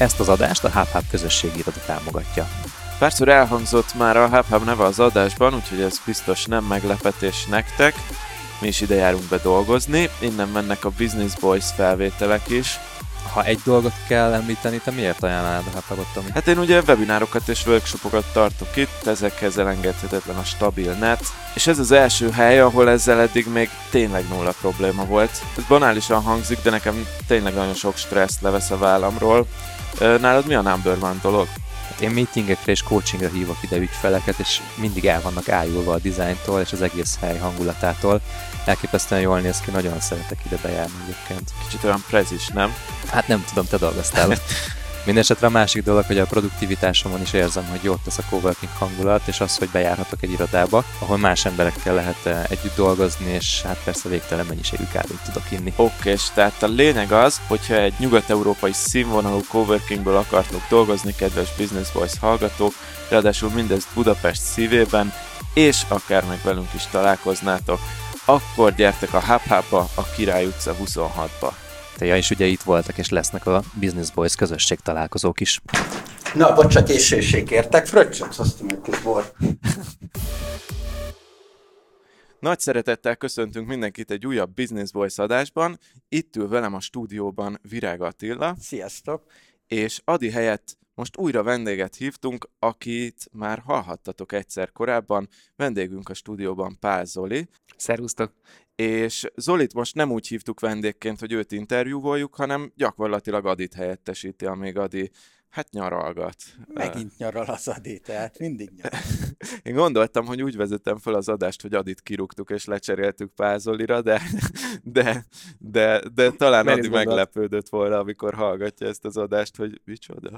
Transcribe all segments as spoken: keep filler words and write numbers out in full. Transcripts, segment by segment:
Ezt az adást a HubHub közösségi iroda támogatja. Párszor elhangzott már a HubHub neve az adásban, úgyhogy ez biztos nem meglepetés nektek. Mi is ide járunk be dolgozni, innen mennek a Business Boys felvételek is. Ha egy dolgot kell említeni, te miért ajánlnád a HubHubot, Tomi? Hát én ugye webinárokat és workshopokat tartok itt, ezekhez elengedhetetlen a stabil net, és ez az első hely, ahol ezzel eddig még tényleg nulla probléma volt. Ez banálisan hangzik, de nekem tényleg nagyon sok stresszt levesz a vállamról. Nálad mi a number one dolog? Hát én meetingekre és coachingra hívok ide ügyfeleket, és mindig el vannak ájulva a dizájntól és az egész hely hangulatától. Elképesztően jól néz ki, nagyon szeretek ide bejárni egyébként. Kicsit olyan prezis, nem? Hát nem tudom, te dolgoztál ott. Mindenesetre a másik dolog, hogy a produktivitásomon is érzem, hogy jót tesz a coworking hangulat, és az, hogy bejárhatok egy irodába, ahol más emberekkel lehet együtt dolgozni, és hát persze végtelen mennyiségű kávét tudok inni. Oké, és tehát a lényeg az, hogyha egy nyugat-európai színvonalú coworkingből akartok dolgozni, kedves Business Boys hallgatók, ráadásul mindezt Budapest szívében, és akár meg velünk is találkoznátok, akkor gyertek a HubHubba, a Király utca huszonhatba. Ja, és ugye itt voltak és lesznek a Business Boys közösség találkozók is. Na, bocs, csak későség értek, fröccsöt hoztam egy kis bort. Nagy szeretettel köszöntünk mindenkit egy újabb Business Boys adásban. Itt ül velem a stúdióban Virág Attila. Sziasztok! És Adi helyett most újra vendéget hívtunk, akit már hallhattatok egyszer korábban. Vendégünk a stúdióban Pál Zoli. Szervusztok! És Zolit most nem úgy hívtuk vendégként, hogy őt interjúvoljuk, hanem gyakorlatilag Adit helyettesíti, amíg Adi hát nyaralgat. Megint nyaral az Adi, tehát mindig nyaral. Én gondoltam, hogy úgy vezetem fel az adást, hogy Adit kirúgtuk és lecseréltük Pál Zolira, de, de, de, de talán Adi meglepődött volna, amikor hallgatja ezt az adást, hogy micsoda.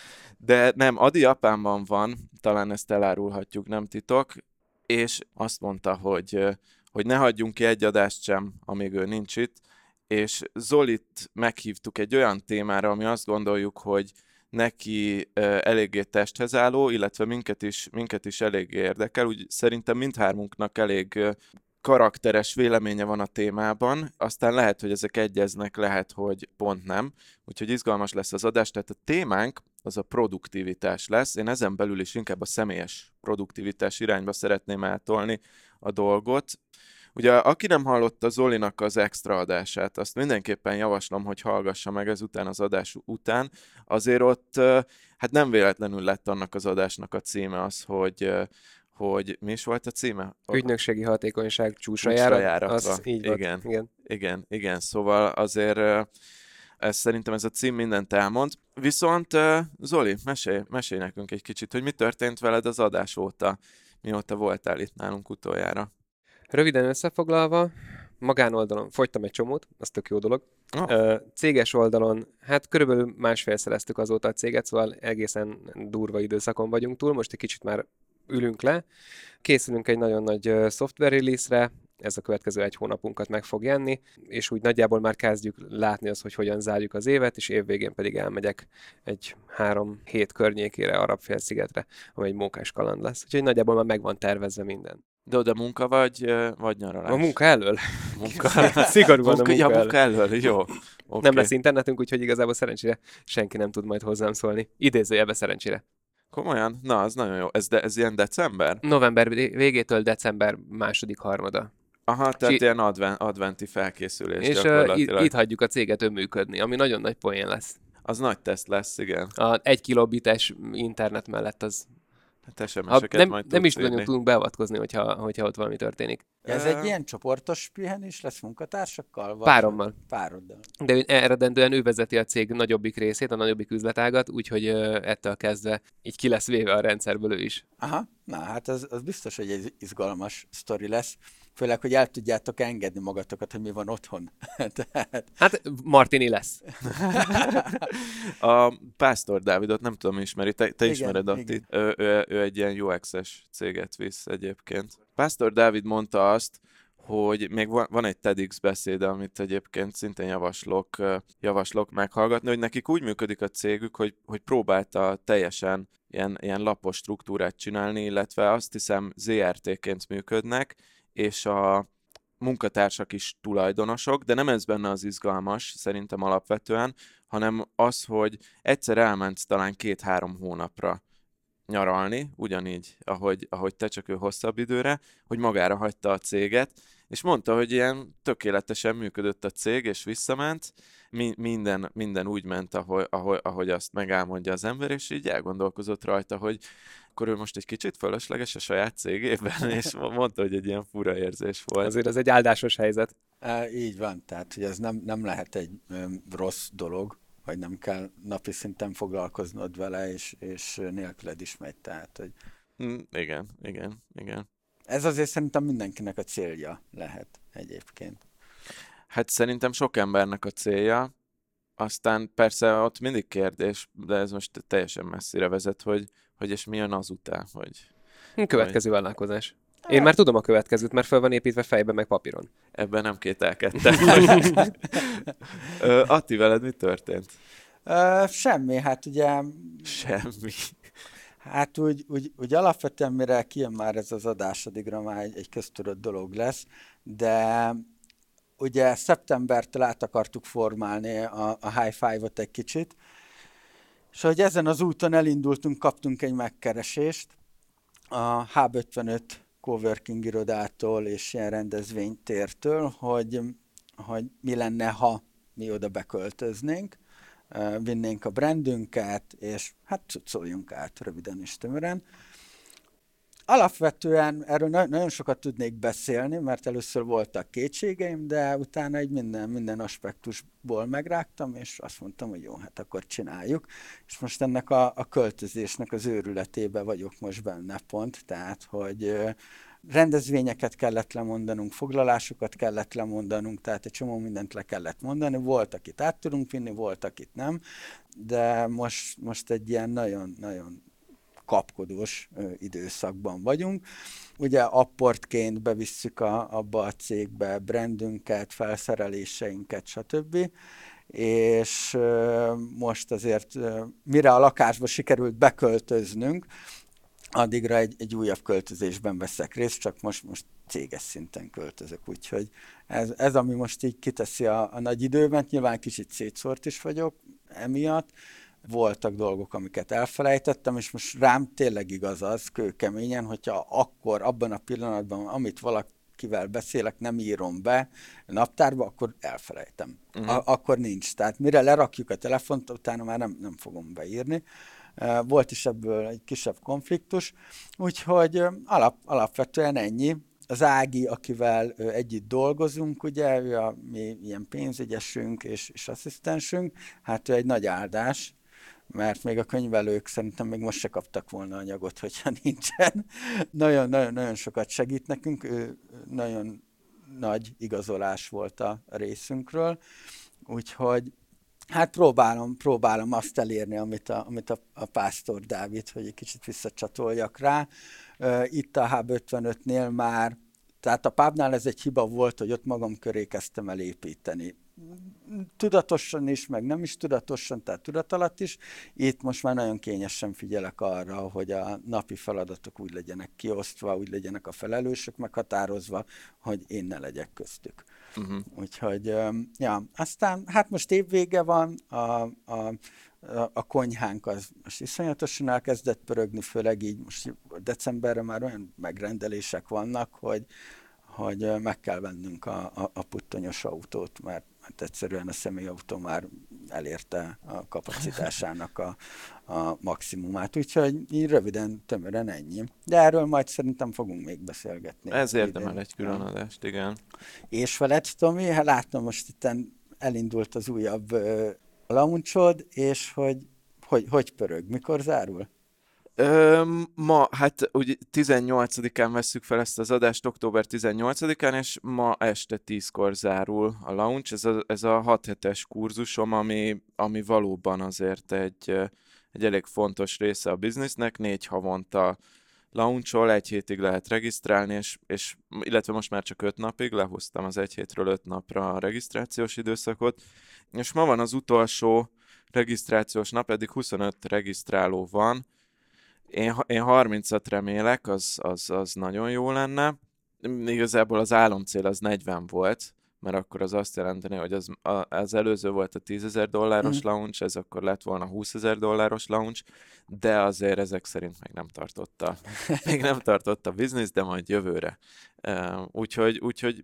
De nem, Adi Japánban van, talán ezt elárulhatjuk, nem titok, és azt mondta, hogy hogy ne hagyjunk ki egy adást sem, amíg ő nincs itt, és Zolit meghívtuk egy olyan témára, ami azt gondoljuk, hogy neki uh, eléggé testhez álló, illetve minket is, minket is eléggé érdekel, úgy szerintem mindhármunknak elég uh, karakteres véleménye van a témában, aztán lehet, hogy ezek egyeznek, lehet, hogy pont nem, úgyhogy izgalmas lesz az adás, tehát a témánk az a produktivitás lesz, én ezen belül is inkább a személyes produktivitás irányba szeretném eltolni a dolgot. Ugye, aki nem hallotta Zolinak az extra adását, azt mindenképpen javaslom, hogy hallgassa meg ezután az adás után. Azért ott, hát nem véletlenül lett annak az adásnak a címe az, hogy, hogy mi is volt a címe? Ügynökségi hatékonyság csúcsra járatva. Az így volt. Igen, igen. igen, igen, szóval azért ez, szerintem ez a cím mindent elmond. Viszont Zoli, mesélj, mesélj nekünk egy kicsit, hogy mi történt veled az adás óta, mióta voltál itt nálunk utoljára. Röviden összefoglalva, magánoldalon fogytam egy csomót, az tök jó dolog. Oh. Céges oldalon, hát körülbelül másfélszereztük azóta a céget, szóval egészen durva időszakon vagyunk túl, most egy kicsit már ülünk le. Készülünk egy nagyon nagy szoftver release-re, ez a következő egy hónapunkat meg fog jenni, és úgy nagyjából már kezdjük látni azt, hogy hogyan zárjuk az évet, és évvégén pedig elmegyek egy három hét környékére, Arab-félszigetre, ami egy mókás kaland lesz. Úgyhogy nagyjából már meg van tervezve minden. De oda munka vagy, vagy nyaralás? A munka elől. Munka. Szigorúan munka, a munka, ja, munka elől. Jó. Okay. Nem lesz internetünk, úgyhogy igazából szerencsére senki nem tud majd hozzám szólni. Idézőjelbe szerencsére. Komolyan? Na, az nagyon jó. Ez, de, ez ilyen december? November végétől december második harmada. Aha, tehát Ki... ilyen adven, adventi felkészülés és gyakorlatilag. És itt hagyjuk a céget önműködni, ami nagyon nagy poén lesz. Az nagy teszt lesz, igen. A egy kilobites internet mellett az... Hát es em es-eket nem, majd nem is írni. nagyon tudunk beavatkozni, hogyha, hogyha ott valami történik. Ez egy ilyen csoportos pihenés lesz munkatársakkal? Vagy Párommal. Pároddal. De ő, eredendően ő vezeti a cég nagyobbik részét, a nagyobbik üzletágat, úgyhogy ettől kezdve így ki lesz véve a rendszerből ő is. Aha, na hát az, az biztos, hogy egy izgalmas sztori lesz. Főleg, hogy el tudjátok engedni magatokat, hogy mi van otthon. Tehát... Hát Martini lesz. A Pásztor Dávidot nem tudom, ismeri. Te, te igen, ismered, Attit. Ő, ő, ő egy ilyen u iksz-es céget visz egyébként. Pásztor Dávid mondta azt, hogy még van, van egy TEDx beszéde, amit egyébként szintén javaslok, javaslok meghallgatni, hogy nekik úgy működik a cégük, hogy, hogy próbálta teljesen ilyen, ilyen lapos struktúrát csinálni, illetve azt hiszem zé er té-ként működnek, és a, munkatársak is tulajdonosok, de nem ez benne az izgalmas, szerintem alapvetően, hanem az, hogy egyszer elmentsz talán két-három hónapra nyaralni, ugyanígy, ahogy, ahogy te, csak ő hosszabb időre, hogy magára hagyta a céget, és mondta, hogy ilyen tökéletesen működött a cég, és visszament, Mi, minden, minden úgy ment, ahogy, ahogy, ahogy azt megálmodja az ember, és így elgondolkozott rajta, hogy akkor ő most egy kicsit fölösleges a saját cégében, és mondta, hogy egy ilyen fura érzés volt. Azért az egy áldásos helyzet. E, így van, tehát hogy ez nem, nem lehet egy um, rossz dolog, vagy nem kell napi szinten foglalkoznod vele, és, és nélküled is megy. Tehát, hogy Mm, igen, igen, igen. ez azért szerintem mindenkinek a célja lehet egyébként. Hát szerintem sok embernek a célja, aztán persze ott mindig kérdés, de ez most teljesen messzire vezet, hogy, hogy és mi jön azután, hogy... Következő vállalkozás. Én már tudom a következőt, mert fel van építve fejben, meg papíron. Ebben nem kételkedtem. Atti, veled mi történt? Uh, semmi, hát ugye... Semmi. Hát úgy, úgy, úgy alapvetően, mire kijön már ez az adás, addigra már egy, egy köztudott dolog lesz, de ugye szeptembertől át akartuk formálni a, a High Five-ot egy kicsit, és hogy ezen az úton elindultunk, kaptunk egy megkeresést a Hub ötvenöt coworking irodától és ilyen rendezvénytértől, hogy, hogy mi lenne, ha mi oda beköltöznénk, vinnénk a brandünket, és hát cuccoljunk át röviden és tömören. Alapvetően erről nagyon sokat tudnék beszélni, mert először voltak kétségeim, de utána egy minden, minden aspektusból megrágtam, és azt mondtam, hogy jó, hát akkor csináljuk. És most ennek a, a költözésnek az őrületébe vagyok most benne pont, tehát, hogy rendezvényeket kellett lemondanunk, foglalásokat kellett lemondanunk, tehát egy csomó mindent le kellett mondani. Volt, akit át tudunk vinni, volt, akit nem, de most, most egy ilyen nagyon-nagyon kapkodós ö, időszakban vagyunk. Ugye apportként bevisszük a, abba a cégbe brandünket, felszereléseinket, stb. És ö, most azért, ö, mire a lakásba sikerült beköltöznünk, addigra egy, egy újabb költözésben veszek részt, csak most, most céges szinten költözök, úgyhogy ez, ez ami most így kiteszi a, a nagy időben, nyilván kicsit szétszórt is vagyok emiatt, voltak dolgok, amiket elfelejtettem, és most rám tényleg igaz az, kőkeményen, hogyha akkor, abban a pillanatban, amit valakivel beszélek, nem írom be naptárba, akkor elfelejtem. Uh-huh. A- akkor nincs. Tehát mire lerakjuk a telefont, utána már nem, nem fogom beírni. Volt is ebből egy kisebb konfliktus, úgyhogy alap, alapvetően ennyi. Az Ági, akivel együtt dolgozunk, ugye, ő a mi ilyen pénzügyesünk és, és asszisztensünk, hát ő egy nagy áldás, mert még a könyvelők szerintem még most se kaptak volna anyagot, hogyha nincsen. Nagyon-nagyon sokat segít nekünk, ő nagyon nagy igazolás volt a részünkről, úgyhogy hát próbálom, próbálom azt elérni, amit a, amit a, a Pásztor Dávid, hogy egy kicsit visszacsatoljak rá. Itt a Hub ötvenötnél már, tehát a pubnál ez egy hiba volt, hogy ott magam köré kezdtem el építeni. Tudatosan is, meg nem is tudatosan, tehát tudat alatt is. Itt most már nagyon kényesen figyelek arra, hogy a napi feladatok úgy legyenek kiosztva, úgy legyenek a felelősök meghatározva, hogy én ne legyek köztük. Uh-huh. Úgyhogy, ja, aztán hát most évvége van, a, a, a konyhánk az most iszonyatosan elkezdett pörögni, főleg így most decemberre már olyan megrendelések vannak, hogy, hogy meg kell vennünk a, a, a puttonyos autót, mert, mert egyszerűen a személyautó már elérte a kapacitásának a, a maximumát, úgyhogy így röviden, tömören ennyi. De erről majd szerintem fogunk még beszélgetni. Ez érdemel egy külön adást, igen. És veled, Tomi, hát látom, most itt elindult az újabb uh, launchod, és hogy, hogy hogy pörög, mikor zárul? Ö, ma, hát ugye tizennyolcadikán vesszük fel ezt az adást, október tizennyolcadikán, és ma este tízkor zárul a launch. Ez a, ez a hat hetes kurzusom, ami, ami valóban azért egy, egy elég fontos része a biznisznek. Négy havonta launchol, egy hétig lehet regisztrálni, és, és, illetve most már csak öt napig, lehoztam az egy hétről öt napra a regisztrációs időszakot, és ma van az utolsó regisztrációs nap, eddig huszonöt regisztráló van. Én, én harmincat remélek, az, az, az nagyon jó lenne. igazából az álomcél az negyven volt, mert akkor az azt jelenteni, hogy az, az előző volt a tízezer dolláros mm. launch, ez akkor lett volna húszezer dolláros launch, de azért ezek szerint még nem tartotta. Még nem tartotta a biznisz, de majd jövőre. Uh, úgyhogy, úgyhogy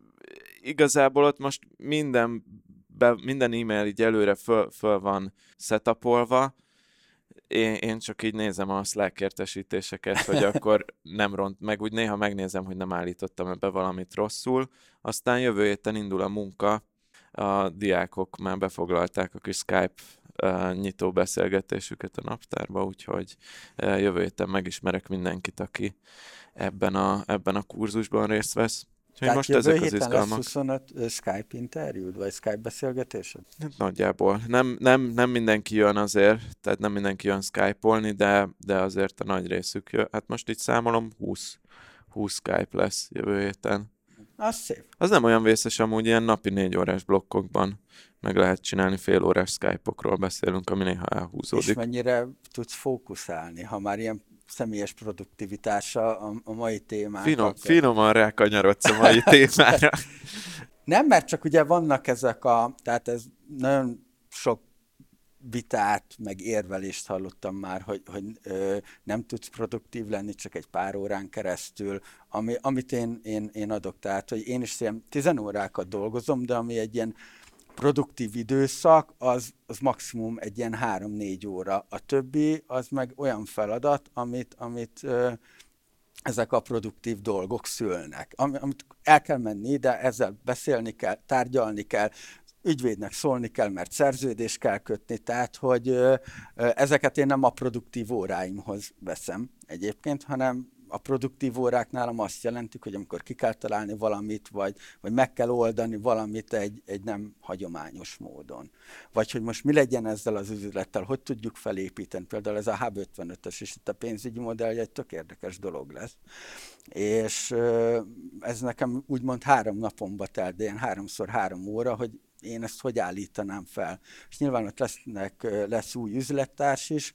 igazából ott most minden, be, minden e-mail így előre föl, föl van setupolva. Én, én csak így nézem a Slack értesítéseket, hogy akkor nem ront, meg úgy néha megnézem, hogy nem állítottam be valamit rosszul. Aztán jövő héten indul a munka, a diákok már befoglalták a kis Skype uh, nyitó beszélgetésüket a naptárba, úgyhogy uh, jövő héten megismerek mindenkit, aki ebben a, ebben a kurzusban részt vesz. Tehát most jövő ezek héten az lesz huszonöt Skype interjúd, vagy Skype beszélgetésed? Nagyjából. Nem, nem, nem mindenki jön azért, tehát nem mindenki jön Skype-olni, de, de azért a nagy részük jön. Hát most így számolom, húsz, húsz Skype lesz jövő héten. Az szép. Az nem olyan vészes, amúgy ilyen napi négy órás blokkokban meg lehet csinálni, fél órás Skype-okról beszélünk, ami néha elhúzódik. És mennyire tudsz fókuszálni, ha már ilyen személyes produktivitása a, a mai témánk. Finom, finoman rákanyarodsz a mai témára. Nem, mert csak ugye vannak ezek a, tehát ez nagyon sok vitát, meg érvelést hallottam már, hogy, hogy ö, nem tudsz produktív lenni csak egy pár órán keresztül, ami, amit én, én, én adok. Tehát, hogy én is ilyen tizen órákat dolgozom, de ami egy ilyen produktív időszak, az, az maximum egy ilyen három-négy óra. A többi az meg olyan feladat, amit, amit ö, ezek a produktív dolgok szülnek. Am, amit el kell menni, de ezzel beszélni kell, tárgyalni kell, ügyvédnek szólni kell, mert szerződést kell kötni, tehát hogy ö, ö, ezeket én nem a produktív óráimhoz veszem egyébként, hanem a produktív órák nálam azt jelentik, hogy amikor ki kell találni valamit, vagy, vagy meg kell oldani valamit egy, egy nem hagyományos módon. Vagy hogy most mi legyen ezzel az üzlettel, hogy tudjuk felépíteni. Például ez a Hub ötvenötös és itt a pénzügyi modellje egy tök érdekes dolog lesz. És ez nekem úgymond három napomba telt, de ilyen háromszor három óra, hogy én ezt hogy állítanám fel. És nyilván ott lesznek, lesz új üzlettárs is,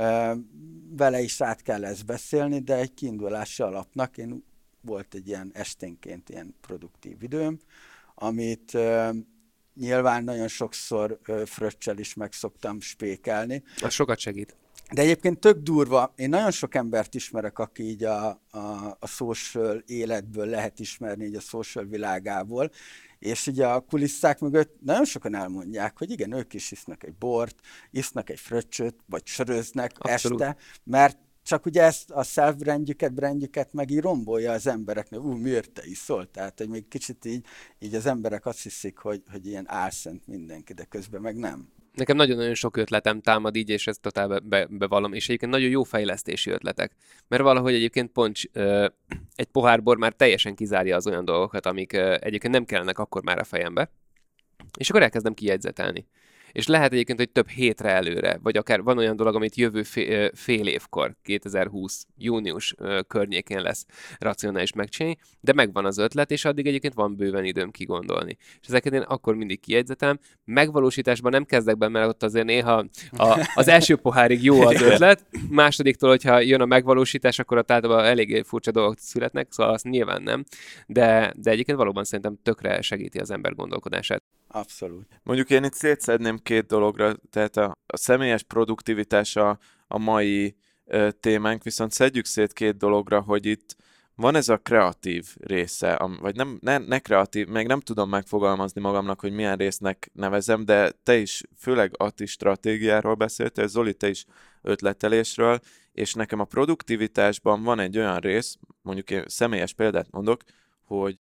vele is át kell ezt beszélni, de egy kiindulási alapnak én volt egy ilyen esténként ilyen produktív időm, amit uh, nyilván nagyon sokszor uh, fröccsel is meg szoktam spékelni. Az sokat segít. De egyébként tök durva, én nagyon sok embert ismerek, aki így a, a, a social életből lehet ismerni, így a social világából, és ugye a kulisszák mögött nagyon sokan elmondják, hogy igen, ők is isznak egy bort, isznak egy fröccsöt, vagy söröznek Abszolút. este, mert csak ugye ezt a self-brandjüket, brandjüket meg így rombolja az embereknek, ú, miért te iszol? Tehát, hogy még kicsit így, így az emberek azt hiszik, hogy, hogy ilyen álszent mindenki, de közben meg nem. Nekem nagyon-nagyon sok ötletem támad így, és ezt totál be, be, bevallom, és egyébként nagyon jó fejlesztési ötletek. Mert valahogy egyébként pont ö, egy pohár bor már teljesen kizárja az olyan dolgokat, amik ö, egyébként nem kellenek akkor már a fejembe, és akkor elkezdem kijegyzetelni. És lehet egyébként, hogy több hétre előre, vagy akár van olyan dolog, amit jövő fél, fél évkor, kétezer-húsz június környékén lesz racionális megcsinálni, de megvan az ötlet, és addig egyébként van bőven időm kigondolni. És ezeket én akkor mindig kijegyzetem. Megvalósításban nem kezdek be, mert ott azért néha a, az első pohárig jó az ötlet, másodiktól, hogyha jön a megvalósítás, akkor ott általában eléggé furcsa dolgok születnek, szóval azt nyilván nem, de, de egyébként valóban szerintem tökre segíti az ember gondolkodását. Abszolút. Mondjuk én itt szétszedném két dologra, tehát a, a személyes produktivitás a, a mai ö, témánk, viszont szedjük szét két dologra, hogy itt van ez a kreatív része, am, vagy nem, ne, ne kreatív, még nem tudom megfogalmazni magamnak, hogy milyen résznek nevezem, de te is, főleg Atti stratégiáról beszéltél, Zoli, te is ötletelésről, és nekem a produktivitásban van egy olyan rész, mondjuk én személyes példát mondok, hogy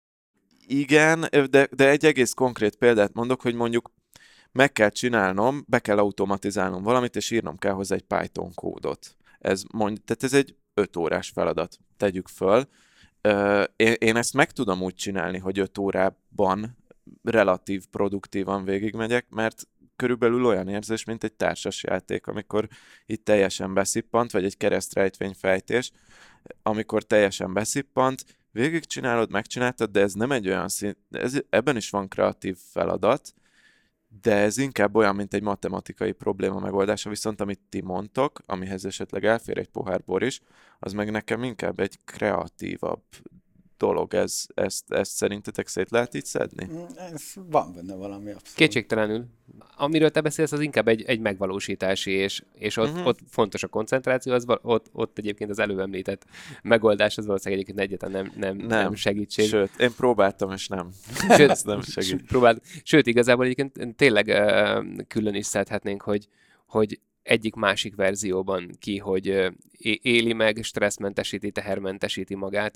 igen, de, de egy egész konkrét példát mondok, hogy mondjuk meg kell csinálnom, be kell automatizálnom valamit, és írnom kell hozzá egy Python kódot. Ez mond, tehát ez egy öt órás feladat. Tegyük föl. Én, én ezt meg tudom úgy csinálni, hogy öt órában relatív produktívan végigmegyek, mert körülbelül olyan érzés, mint egy társasjáték, amikor itt teljesen beszippant, vagy egy keresztrejtvényfejtés, amikor teljesen beszippant, végigcsinálod, megcsináltad, de ez nem egy olyan szint, ez, ebben is van kreatív feladat, de ez inkább olyan, mint egy matematikai probléma megoldása, viszont amit ti mondtok, amihez esetleg elfér egy pohár bor is, az meg nekem inkább egy kreatívabb dolog, ez, ezt, ezt szerintetek szét lehet így szedni? Ez van benne valami abszolút. Kétségtelenül. Amiről te beszélsz, az inkább egy, egy megvalósítási, és, és ott, uh-huh. ott fontos a koncentráció, az, ott, ott egyébként az előbb említett megoldás, az valószínűleg egyébként egyáltalán nem, nem, nem. nem segítség. Sőt, én próbáltam, és nem. Sőt, ez nem segít. Próbált. Sőt, igazából egyébként tényleg uh, külön is szedhetnénk, hogy, hogy egyik-másik verzióban ki, hogy éli meg, stresszmentesíti, tehermentesíti magát,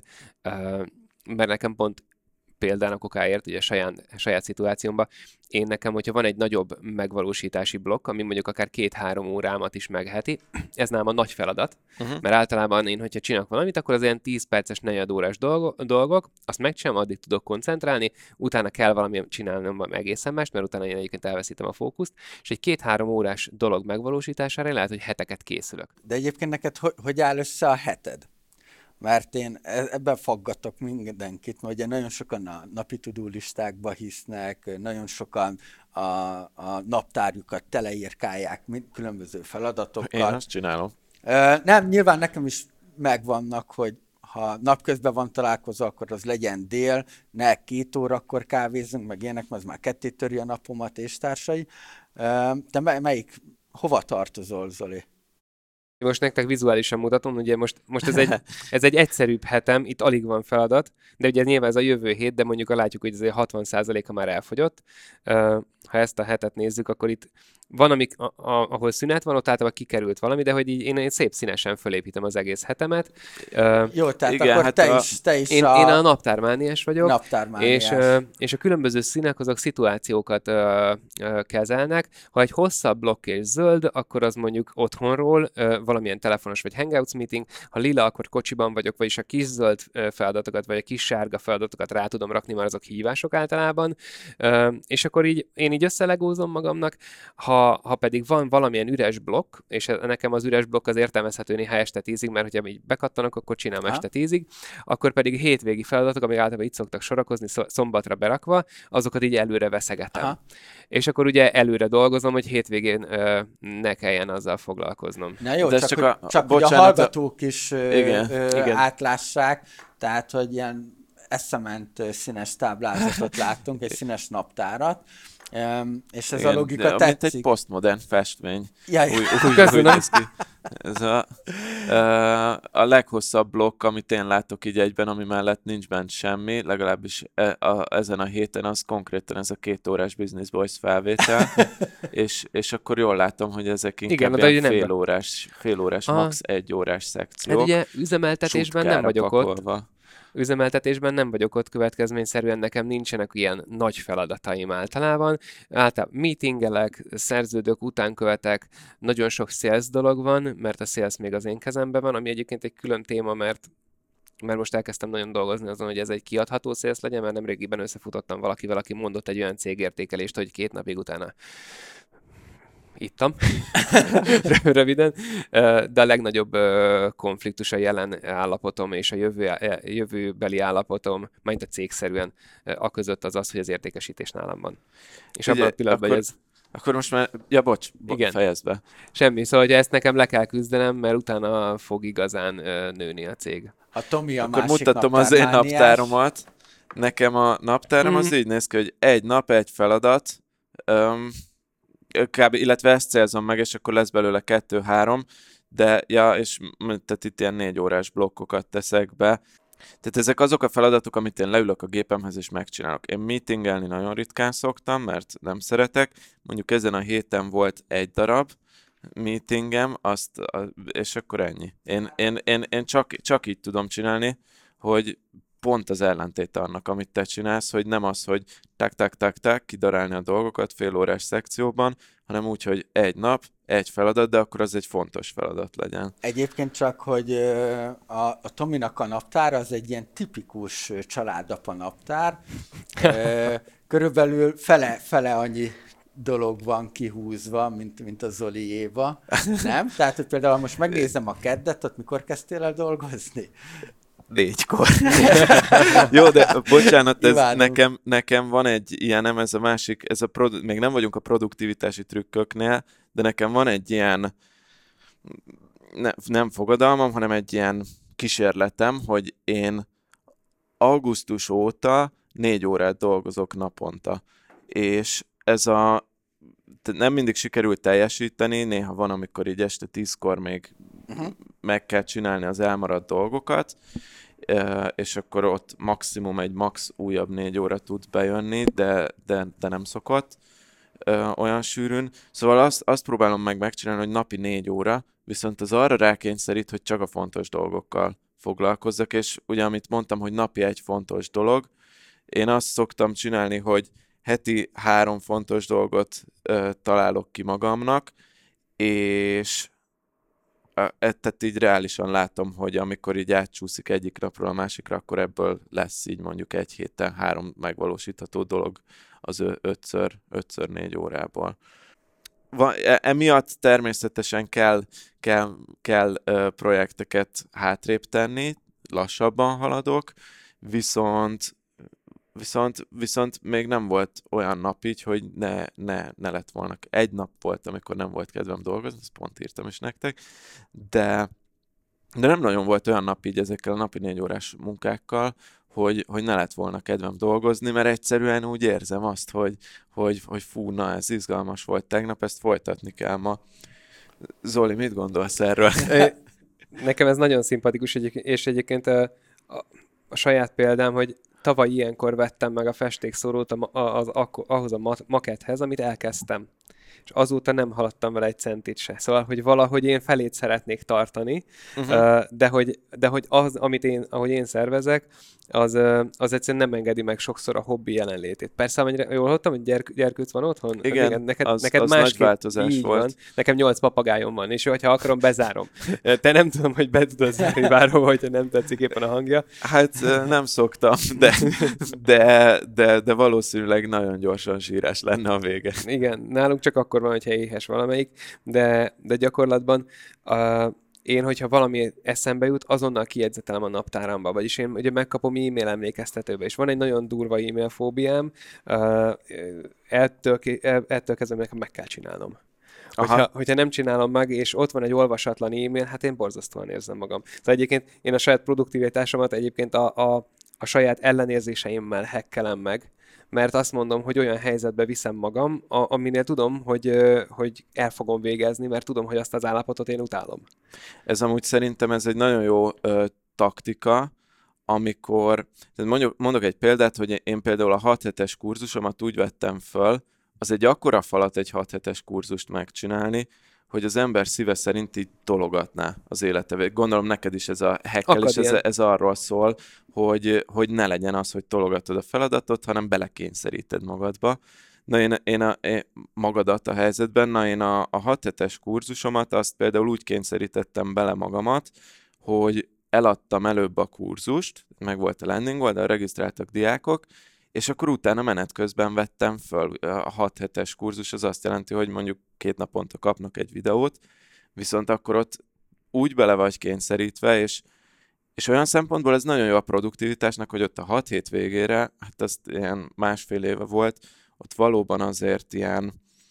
mert nekem pont példának okáért, ugye a saját, saját szituációmban, én nekem, hogyha van egy nagyobb megvalósítási blokk, ami mondjuk akár két-három órámat is megheti, ez nálam a nagy feladat, uh-huh. mert általában én, hogyha csinálok valamit, akkor az ilyen tíz perces, negyed órás dolgok, azt megcsinálom, addig tudok koncentrálni, utána kell valami csinálnom egészen más, mert utána én egyébként elveszítem a fókuszt, és egy két-három órás dolog megvalósítására lehet, hogy heteket készülök. De egyébként neked hogy, hogy áll össze a heted? Mert én ebben faggatok mindenkit, mert ugye nagyon sokan a napi to-do listákba hisznek, nagyon sokan a, a naptárjukat teleírkálják különböző feladatokkal. Én azt csinálom. Nem, nyilván nekem is megvannak, hogy ha napközben van találkozó, akkor az legyen dél, ne két órakor kávézzunk, meg ilyenek, mert az már ketté töri a napomat és társai. Te melyik, hova tartozol, Zoli? Most nektek vizuálisan mutatom, ugye most, most ez, egy, ez egy egyszerűbb hetem, itt alig van feladat, de ugye nyilván ez a jövő hét, de mondjuk látjuk, hogy ez hatvan százaléka már elfogyott. Ha ezt a hetet nézzük, akkor itt van, amik, a, a, ahol szünet van, ott általában kikerült valami, de hogy így én, én szép színesen fölépítem az egész hetemet. Jó, tehát igen, akkor hát te, a... is, te is én, a... Én a naptármániás vagyok. Naptármániás. És, és a különböző színek azok szituációkat ö, ö, kezelnek. Ha egy hosszabb blokk és zöld, akkor az mondjuk otthonról, ö, valamilyen telefonos vagy hangouts meeting. Ha lila, akkor kocsiban vagyok, vagyis a kis zöld feladatokat, vagy a kis sárga feladatokat rá tudom rakni, mert azok hívások általában. Ö, és akkor így én így összelegózom magamnak. Ha Ha pedig van valamilyen üres blokk, és nekem az üres blokk az értelmezhető néha este tízig, mert hogyha így bekattanok, akkor csinálom este tízig, akkor pedig hétvégi feladatok, amik általában itt szoktak sorakozni, szombatra berakva, azokat így előre veszegetem. Aha. És akkor ugye előre dolgozom, hogy hétvégén ö, ne kelljen azzal foglalkoznom. Na jó, csak, csak, hogy, a, csak bocsánat, hogy a hallgatók is ö, igen, ö, igen. átlássák, tehát hogy ilyen eszement színes táblázatot láttunk, egy színes naptárat, Um, és ez igen, a logika de, tetszik. Mint egy posztmodern festmény. Ja, új, új, új néz ki. Ez a, a leghosszabb blokk, amit én látok így egyben, ami mellett nincs bent semmi, legalábbis e, a, ezen a héten az konkrétan ez a két órás Business Boys felvétel, és, és akkor jól látom, hogy ezek inkább igen, ilyen fél órás, fél órás, max. egy órás szekciók. Hát ugye üzemeltetésben nem vagyok pakolva. Ott. Üzemeltetésben nem vagyok ott, következményszerűen nekem nincsenek ilyen nagy feladataim általában. Általában meetingelek, szerződök, utánkövetek, nagyon sok sales dolog van, mert a sales még az én kezemben van, ami egyébként egy külön téma, mert mert most elkezdtem nagyon dolgozni azon, hogy ez egy kiadható sales legyen, mert nemrégiben összefutottam valakivel, aki mondott egy olyan cégértékelést, hogy két napig utána ittam, röviden, de a legnagyobb konfliktus a jelen állapotom és a jövő, jövőbeli állapotom, majd a cégszerűen a között az az, hogy az értékesítés nálam van. És abban a pillanatban, akkor, hogy ez... Akkor most már, ja bocs, bo- igen. fejezd be. Semmi, szóval hogy ezt nekem le kell küzdenem, mert utána fog igazán nőni a cég. A Tomi a akkor mutatom az én naptáromat. Nekem a naptárom hmm. az így néz ki, hogy egy nap, egy feladat, um, Kb, illetve ezt célzom meg, és akkor lesz belőle kettő-három, de ja, és tehát itt ilyen négy órás blokkokat teszek be. Tehát ezek azok a feladatok, amit én leülök a gépemhez és megcsinálok. Én meetingelni nagyon ritkán szoktam, mert nem szeretek. Mondjuk ezen a héten volt egy darab meetingem, azt, és akkor ennyi. Én, én, én, én csak, csak így tudom csinálni, hogy pont az ellentéte annak, amit te csinálsz, hogy nem az, hogy tak-tak-tak-tak, kidarálni a dolgokat fél órás szekcióban, hanem úgy, hogy egy nap, egy feladat, de akkor az egy fontos feladat legyen. Egyébként csak, hogy a, a Tominak a naptár az egy ilyen tipikus családapa naptár. Körülbelül fele, fele annyi dolog van kihúzva, mint, mint a Zoliéva. Nem? Tehát, hogy például most megnézem a keddet, ott mikor kezdtél el dolgozni? Négykor. Jó, de bocsánat, ez nekem, nekem van egy ilyenem, ez a másik, ez a produ- még nem vagyunk a produktivitási trükköknél, de nekem van egy ilyen, ne, nem fogadalmam, hanem egy ilyen kísérletem, hogy én augusztus óta négy órát dolgozok naponta, és ez a nem mindig sikerült teljesíteni, néha van, amikor így este tízkor még uh-huh. meg kell csinálni az elmaradt dolgokat, és akkor ott maximum egy max újabb négy óra tud bejönni, de, de, de nem szokott olyan sűrűn. Szóval azt, azt próbálom meg megcsinálni, hogy napi négy óra, viszont az arra rákényszerít, hogy csak a fontos dolgokkal foglalkozzak, és ugye amit mondtam, hogy napi egy fontos dolog, én azt szoktam csinálni, hogy heti három fontos dolgot ö, találok ki magamnak, és tehát így reálisan látom, hogy amikor így átcsúszik egyik napról a másikra, akkor ebből lesz így mondjuk egy héten három megvalósítható dolog az ötször, ötször négy órából. Va, emiatt természetesen kell, kell, kell ö, projekteket hátrébb tenni, lassabban haladok, viszont Viszont, viszont még nem volt olyan nap így, hogy ne, ne, ne lett volna. Egy nap volt, amikor nem volt kedvem dolgozni, ezt pont írtam is nektek, de, de nem nagyon volt olyan nap így ezekkel a napi négy órás munkákkal, hogy, hogy ne lett volna kedvem dolgozni, mert egyszerűen úgy érzem azt, hogy, hogy, hogy fú, na ez izgalmas volt tegnap, ezt folytatni kell ma. Zoli, mit gondolsz erről? Nekem ez nagyon szimpatikus, és egyébként a, a, a saját példám, hogy tavaly ilyenkor vettem meg a festékszórót az, az, ahhoz a makethez, amit elkezdtem. És azóta nem haladtam vele egy centit se. Szóval, hogy valahogy én felét szeretnék tartani, uh-huh. de hogy, de hogy az, amit én, ahogy én szervezek, az, az egyszerűen nem engedi meg sokszor a hobbi jelenlétét. Persze, amennyire jól hallottam, hogy gyerk, gyerkőc van otthon? Igen, igen neked, az, neked az nagy változás így volt. Van. Nekem nyolc papagájom van, és ha akarom, bezárom. Te nem tudom, hogy be tudod zárni bárhova, hogyha nem tetszik éppen a hangja. Hát nem szoktam, de, de, de, de valószínűleg nagyon gyorsan sírás lenne a vége. Igen, nálunk csak akkor van, hogyha éhes valamelyik, de, de gyakorlatban uh, én, hogyha valami eszembe jut, azonnal kijegyzetelem a naptáramba, vagyis én ugye megkapom e-mail emlékeztetőbe, és van egy nagyon durva e-mail fóbiám, uh, ettől, el, ettől kezdve nekem meg kell csinálnom. Hogyha, hogyha nem csinálom meg, és ott van egy olvasatlan e-mail, hát én borzasztóan érzem magam. Tehát egyébként én a saját produktivitásomat egyébként a, a, a saját ellenérzéseimmel hekkelem meg, mert azt mondom, hogy olyan helyzetbe viszem magam, a, aminél tudom, hogy, hogy el fogom végezni, mert tudom, hogy azt az állapotot én utálom. Ez amúgy szerintem ez egy nagyon jó ö, taktika, amikor, mondjuk, mondok egy példát, hogy én például a hat hetes kurzusomat úgy vettem föl, az egy akkora falat egy hat hetes kurzust megcsinálni, hogy az ember szíve szerint így tologatná az életevé. Gondolom neked is ez a hekkelés, ez, ez arról szól, hogy, hogy ne legyen az, hogy tologatod a feladatot, hanem belekényszeríted magadba. Na én, én, a, én magadat a helyzetben, na én a, a hat hetes kurzusomat, azt például úgy kényszerítettem bele magamat, hogy eladtam előbb a kurzust, meg volt a landing oldal, regisztráltak diákok, és akkor utána menet közben vettem föl. A hat hetes kurzus az azt jelenti, hogy mondjuk két naponta kapnak egy videót, viszont akkor ott úgy bele vagy kényszerítve, és, és olyan szempontból ez nagyon jó a produktivitásnak, hogy ott a hat hét végére, hát azt ilyen másfél éve volt, ott valóban azért ilyen,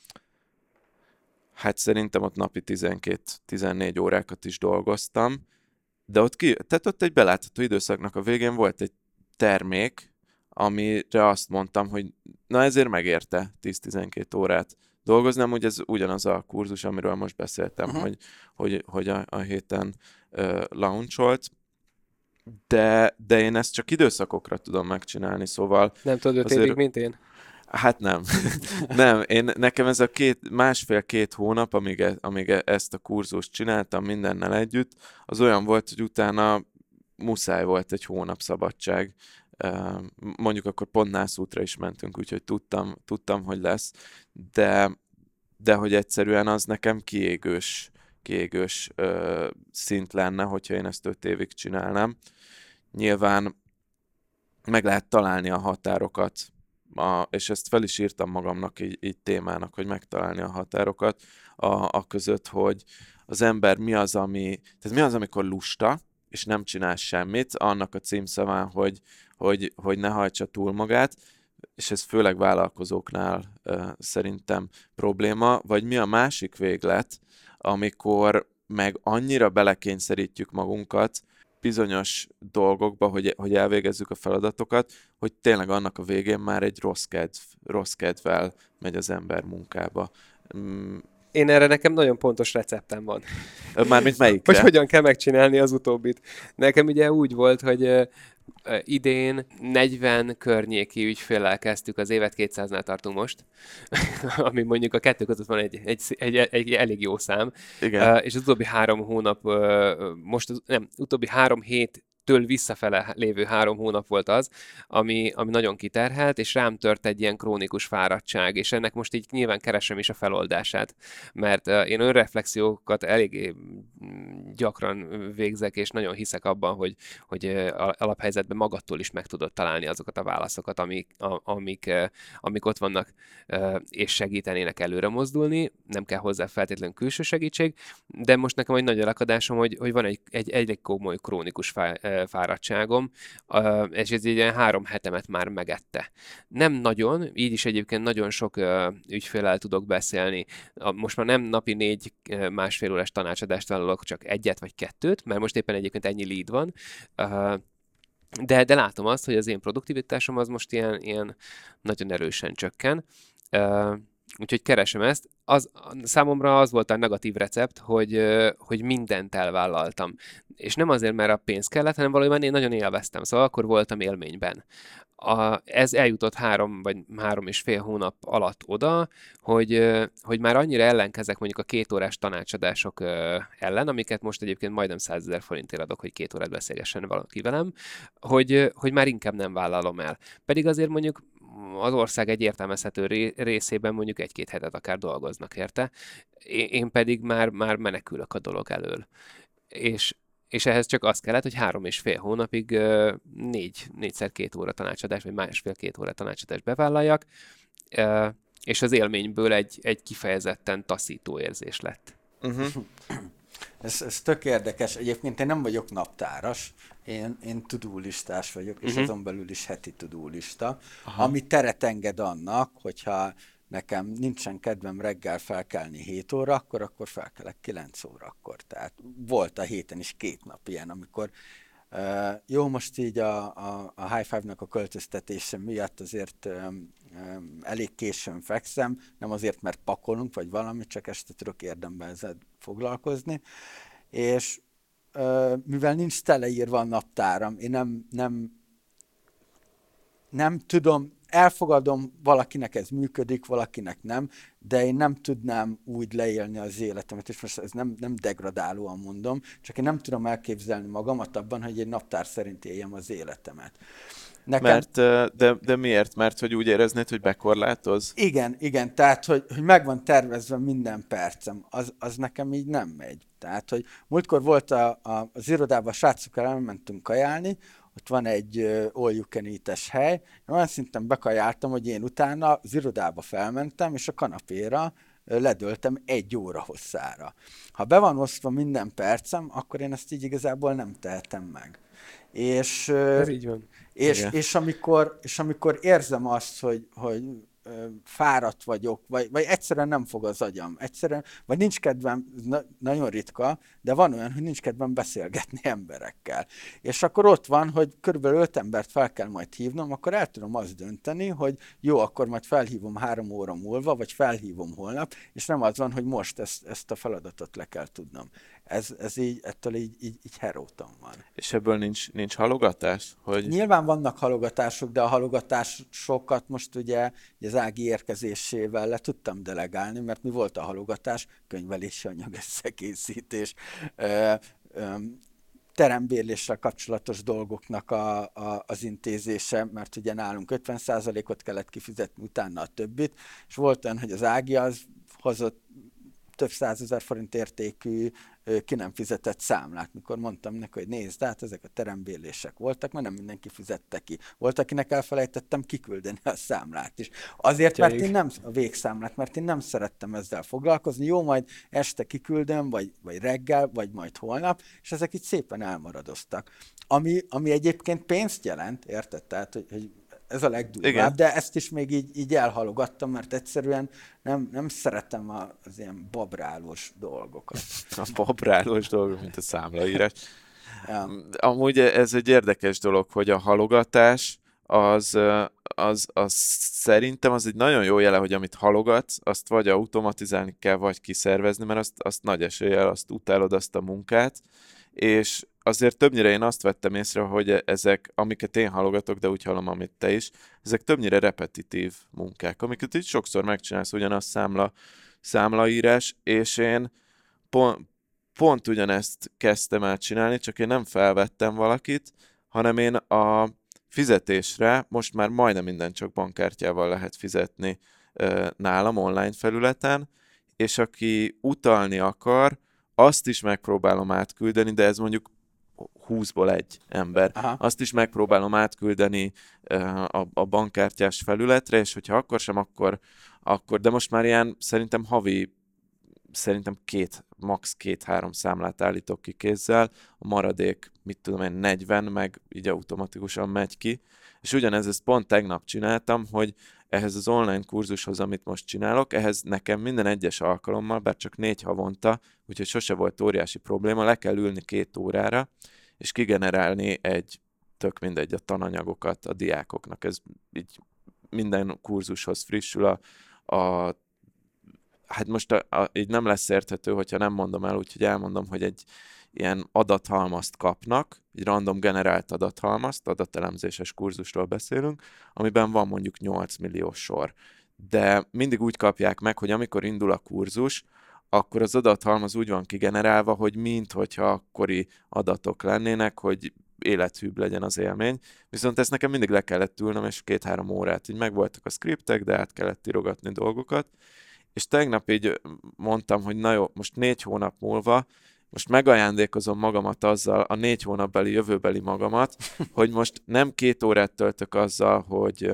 hát szerintem ott napi tizenkét-tizennégy órákat is dolgoztam, de ott ki, tehát ott egy belátható időszaknak a végén volt egy termék, amire azt mondtam, hogy na ezért megérte tíz-tizenkét órát dolgozni, amúgy ez ugyanaz a kurzus, amiről most beszéltem, uh-huh. hogy, hogy, hogy a, a héten uh, launcholt, de, de én ezt csak időszakokra tudom megcsinálni, szóval... Nem tudod öt évig, mint én? Hát nem. nem, én, nekem ez a két, másfél-két hónap, amíg, e, amíg ezt a kurzust csináltam mindennel együtt, az olyan volt, hogy utána muszáj volt egy hónap szabadság. Mondjuk akkor pont nászútra is mentünk, úgyhogy tudtam, tudtam hogy lesz, de, de hogy egyszerűen az nekem kiégős, kiégős ö, szint lenne, hogyha én ezt öt évig csinálnám. Nyilván meg lehet találni a határokat, a, és ezt fel is írtam magamnak így, így témának, hogy megtalálni a határokat a, a között, hogy az ember mi az, ami, tehát mi az, amikor lusta, és nem csinál semmit, annak a címszaván, hogy, hogy, hogy ne hajtsa túl magát, és ez főleg vállalkozóknál uh, szerintem probléma, vagy mi a másik véglet, amikor meg annyira belekényszerítjük magunkat, bizonyos dolgokba, hogy, hogy elvégezzük a feladatokat, hogy tényleg annak a végén már egy rossz kedv, rossz kedvel megy az ember munkába. Mm. Én erre nekem nagyon pontos receptem van. Mármint melyikre? Hogy hogyan kell megcsinálni az utóbbit. Nekem ugye úgy volt, hogy uh, idén negyven környéki ügyféllel kezdtük az évet, kétszáznál tartunk most, ami mondjuk a kettő között van egy, egy, egy, egy elég jó szám. Igen. Uh, és az utóbbi három hónap, uh, most az, nem, utóbbi három hét től visszafele lévő három hónap volt az, ami, ami nagyon kiterhelt, és rám tört egy ilyen krónikus fáradtság, és ennek most így nyilván keresem is a feloldását, mert uh, én önreflexiókat eléggé gyakran végzek, és nagyon hiszek abban, hogy, hogy uh, alaphelyzetben magadtól is meg tudod találni azokat a válaszokat, amik, a, amik, uh, amik ott vannak, uh, és segítenének előre mozdulni, nem kell hozzá feltétlenül külső segítség, de most nekem egy nagy elakadásom, hogy, hogy van egy, egy, egy komoly krónikus fá, fáradtságom, és ez így három hetemet már megette. Nem nagyon, így is egyébként nagyon sok ügyféllel tudok beszélni. Most már nem napi négy másfél órás tanácsadást vállalok, csak egyet vagy kettőt, mert most éppen egyébként ennyi lead van, de, de látom azt, hogy az én produktivitásom az most ilyen, ilyen nagyon erősen csökken. Úgyhogy keresem ezt. Az, számomra az volt a negatív recept, hogy, hogy mindent elvállaltam. És nem azért, mert a pénz kellett, hanem valójában én nagyon élveztem. Szóval akkor voltam élményben. A, ez eljutott három vagy három és fél hónap alatt oda, hogy, hogy már annyira ellenkezek mondjuk a két órás tanácsadások ellen, amiket most egyébként majdnem százezer forintért adok, hogy két órát beszélgessen valaki velem, hogy, hogy már inkább nem vállalom el. Pedig azért mondjuk az ország egy értelmezhető részében mondjuk egy-két hetet akár dolgoznak érte, én pedig már, már menekülök a dolog elől. És, és ehhez csak az kellett, hogy három és fél hónapig négy, négyszer két óra tanácsadás, vagy másfél-két óra tanácsadás bevállaljak, és az élményből egy, egy kifejezetten taszító érzés lett. Uh-huh. Ez, ez tök érdekes. Egyébként én nem vagyok naptáras, én, én to-do listás vagyok, és uh-huh. azon belül is heti to-do lista, Aha. ami teret enged annak, hogyha nekem nincsen kedvem reggel felkelni hét óra, akkor, akkor felkelek kilenc órakor. Tehát volt a héten is két nap ilyen, amikor uh, jó, most így a, a, a High Five-nak a költöztetése miatt azért um, um, elég későn fekszem, nem azért, mert pakolunk, vagy valami, csak este tudok érdemben ezzel foglalkozni, és uh, mivel nincs teleírva a naptáram, én nem, nem, nem tudom, elfogadom, valakinek ez működik, valakinek nem, de én nem tudnám úgy leélni az életemet, és most ez nem, nem degradálóan mondom, csak én nem tudom elképzelni magamat abban, hogy egy naptár szerint éljem az életemet. Nekem... Mert, de, de miért? Mert hogy úgy éreznéd, hogy bekorlátoz? Igen, igen, tehát, hogy, hogy meg van tervezve minden percem, az, az nekem így nem megy. Tehát, hogy múltkor volt a, a, az irodában, a srácokkal elmentünk kajálni, ott van egy uh, all you can eat-es hely, én olyan szinten bekajáltam, hogy én utána az irodába felmentem, és a kanapéra uh, ledöltem egy óra hosszára. Ha be van osztva minden percem, akkor én ezt így igazából nem tehetem meg. És, uh, Ez így van. És, és, amikor, és amikor érzem azt, hogy, hogy fáradt vagyok, vagy, vagy egyszerűen nem fog az agyam, egyszerűen, vagy nincs kedvem, na, nagyon ritka, de van olyan, hogy nincs kedvem beszélgetni emberekkel. És akkor ott van, hogy körülbelül öt embert fel kell majd hívnom, akkor el tudom azt dönteni, hogy jó, akkor majd felhívom három óra múlva, vagy felhívom holnap, és nem az van, hogy most ezt, ezt a feladatot le kell tudnom. Ez, ez így, ettől így, így, így heróton van. És ebből nincs, nincs halogatás? Hogy... Nyilván vannak halogatások, de a halogatásokat most ugye az Ági érkezésével le tudtam delegálni, mert mi volt a halogatás? Könyvelési anyag összekészítés, ö, ö, terembérléssel kapcsolatos dolgoknak a, a, az intézése, mert ugye nálunk ötven százalékot kellett kifizetni, utána a többit, és volt olyan, hogy az Ági az hozott több százezer forint értékű ki nem fizetett számlát, mikor mondtam neki, hogy nézd, hát ezek a terembérlések voltak, mert nem mindenki fizette ki. Volt, akinek elfelejtettem kiküldeni a számlát is. Azért, mert én nem, a végszámlát, mert én nem szerettem ezzel foglalkozni. Jó, majd este kiküldöm, vagy, vagy reggel, vagy majd holnap, és ezek itt szépen elmaradoztak. Ami, ami egyébként pénzt jelent, érted? Tehát, hogy, hogy ez a legdurvább, de ezt is még így, így elhalogattam, mert egyszerűen nem, nem szeretem az ilyen babrálós dolgokat. A babrálós dolgok, mint a számlaírás. Ja. Amúgy ez egy érdekes dolog, hogy a halogatás az, az, az szerintem az egy nagyon jó jele, hogy amit halogatsz, azt vagy automatizálni kell, vagy kiszervezni, mert azt, azt nagy eséllyel, azt utálod azt a munkát, és azért többnyire én azt vettem észre, hogy ezek, amiket én halogatok, de úgy hallom, amit te is, ezek többnyire repetitív munkák, amiket itt sokszor megcsinálsz, ugyanaz számla, számlaírás, és én pont, pont ugyanezt kezdtem el csinálni, csak én nem felvettem valakit, hanem én a fizetésre most már majdnem minden csak bankkártyával lehet fizetni nálam online felületen, és aki utalni akar, azt is megpróbálom átküldeni, de ez mondjuk húszból egy ember. Aha. Azt is megpróbálom átküldeni a, a bankkártyás felületre, és hogyha akkor sem, akkor, akkor de most már ilyen szerintem havi szerintem két, max. két-három számlát állítok ki kézzel, a maradék, mit tudom én, negyven, meg így automatikusan megy ki. És ugyanez, ezt pont tegnap csináltam, hogy ehhez az online kurzushoz, amit most csinálok, ehhez nekem minden egyes alkalommal, bár csak négy havonta, úgyhogy sose volt óriási probléma, le kell ülni két órára, és kigenerálni egy, tök mindegy, a tananyagokat a diákoknak. Ez így minden kurzushoz frissül a, a hát most a, a, így nem lesz érthető, hogyha nem mondom el, úgyhogy elmondom, hogy egy ilyen adathalmazt kapnak, egy random generált adathalmazt, adatelemzéses kurzusról beszélünk, amiben van mondjuk nyolc millió sor. De mindig úgy kapják meg, hogy amikor indul a kurzus, akkor az adathalmaz úgy van kigenerálva, hogy minthogyha akkori adatok lennének, hogy élethűbb legyen az élmény. Viszont ezt nekem mindig le kellett ülnöm, és két-három órát így megvoltak a skriptek, de át kellett írogatni dolgokat. És tegnap így mondtam, hogy na jó, most négy hónap múlva, most megajándékozom magamat azzal, a négy hónapbeli, jövőbeli magamat, hogy most nem két órát töltök azzal, hogy,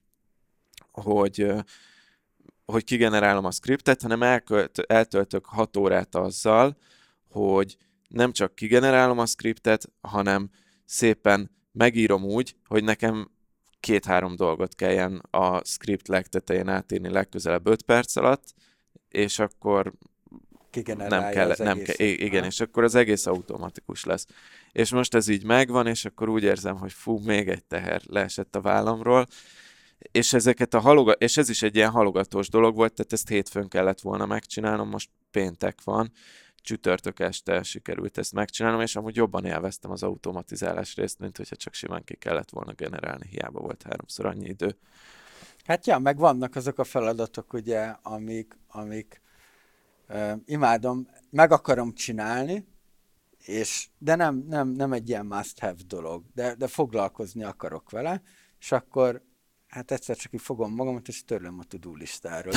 hogy, hogy kigenerálom a skriptet, hanem elkölt, eltöltök hat órát azzal, hogy nem csak kigenerálom a skriptet, hanem szépen megírom úgy, hogy nekem két-három dolgot kelljen a script legtetején átírni legközelebb öt perc alatt, és akkor nem kell, nem kell, igen, ha. És akkor az egész automatikus lesz. És most ez így megvan, és akkor úgy érzem, hogy fú, még egy teher leesett a vállamról, és ezeket a haloga- és ez is egy ilyen halogatós dolog volt, tehát ezt hétfőn kellett volna megcsinálnom, most péntek van, csütörtök este sikerült ezt megcsinálnom, és amúgy jobban élveztem az automatizálás részt, mint hogyha csak simán ki kellett volna generálni, hiába volt háromszor annyi idő. Hát ja, meg vannak azok a feladatok, ugye, amik, amik uh, imádom, meg akarom csinálni, és, de nem, nem, nem egy ilyen must-have dolog, de, de foglalkozni akarok vele, és akkor hát egyszer csak így fogom magamat, és törlöm a to-do listáról.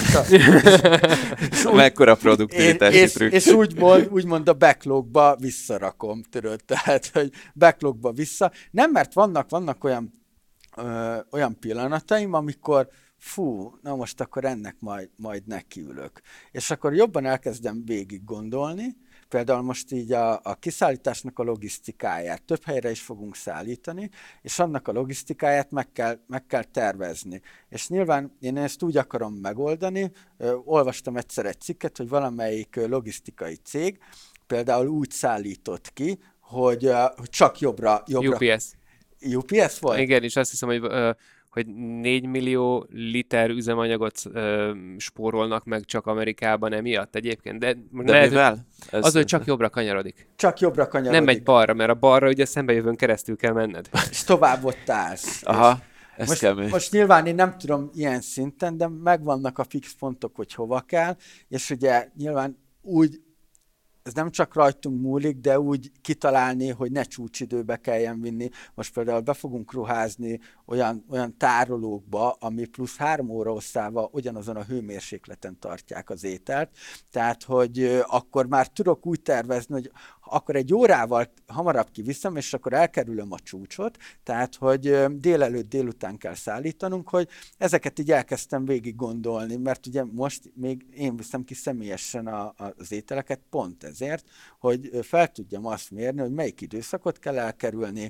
Mekkora produktivitási és, trükk. És úgymond, úgymond a backlogba visszarakom, tudod, tehát, hogy backlogba vissza. Nem, mert vannak, vannak olyan, ö, olyan pillanataim, amikor fú, na most akkor ennek majd, majd nekiülök. És akkor jobban elkezdem végig gondolni, például most így a, a kiszállításnak a logisztikáját több helyre is fogunk szállítani, és annak a logisztikáját meg kell, meg kell tervezni. És nyilván én ezt úgy akarom megoldani, ö, olvastam egyszer egy cikket, hogy valamelyik logisztikai cég például úgy szállított ki, hogy, ö, hogy csak jobbra, jobbra... U P S. U P S volt? Igen, és azt hiszem, hogy... Ö... hogy négy millió liter üzemanyagot ö, spórolnak meg csak Amerikában emiatt egyébként. De, de lehet, mivel? Ez az, hogy csak jobbra kanyarodik. Csak jobbra kanyarodik. Nem megy balra, mert a balra ugye szembejövőn keresztül kell menned. És tovább ott állsz. Aha, ez most, kemény. Most nyilván én nem tudom ilyen szinten, de megvannak a fix pontok, hogy hova kell, és ugye nyilván úgy, ez nem csak rajtunk múlik, de úgy kitalálni, hogy ne csúcsidőbe kelljen vinni. Most például be fogunk ruházni olyan, olyan tárolókba, ami plusz három óra hosszával ugyanazon a hőmérsékleten tartják az ételt. Tehát, hogy akkor már tudok úgy tervezni, hogy akkor egy órával hamarabb kiviszem, és akkor elkerülöm a csúcsot. Tehát, hogy délelőtt, délután kell szállítanunk, hogy ezeket így elkezdtem végig gondolni, mert ugye most még én viszem ki személyesen a, a, az ételeket pont ez. Ezért, hogy fel tudjam azt mérni, hogy melyik időszakot kell elkerülni,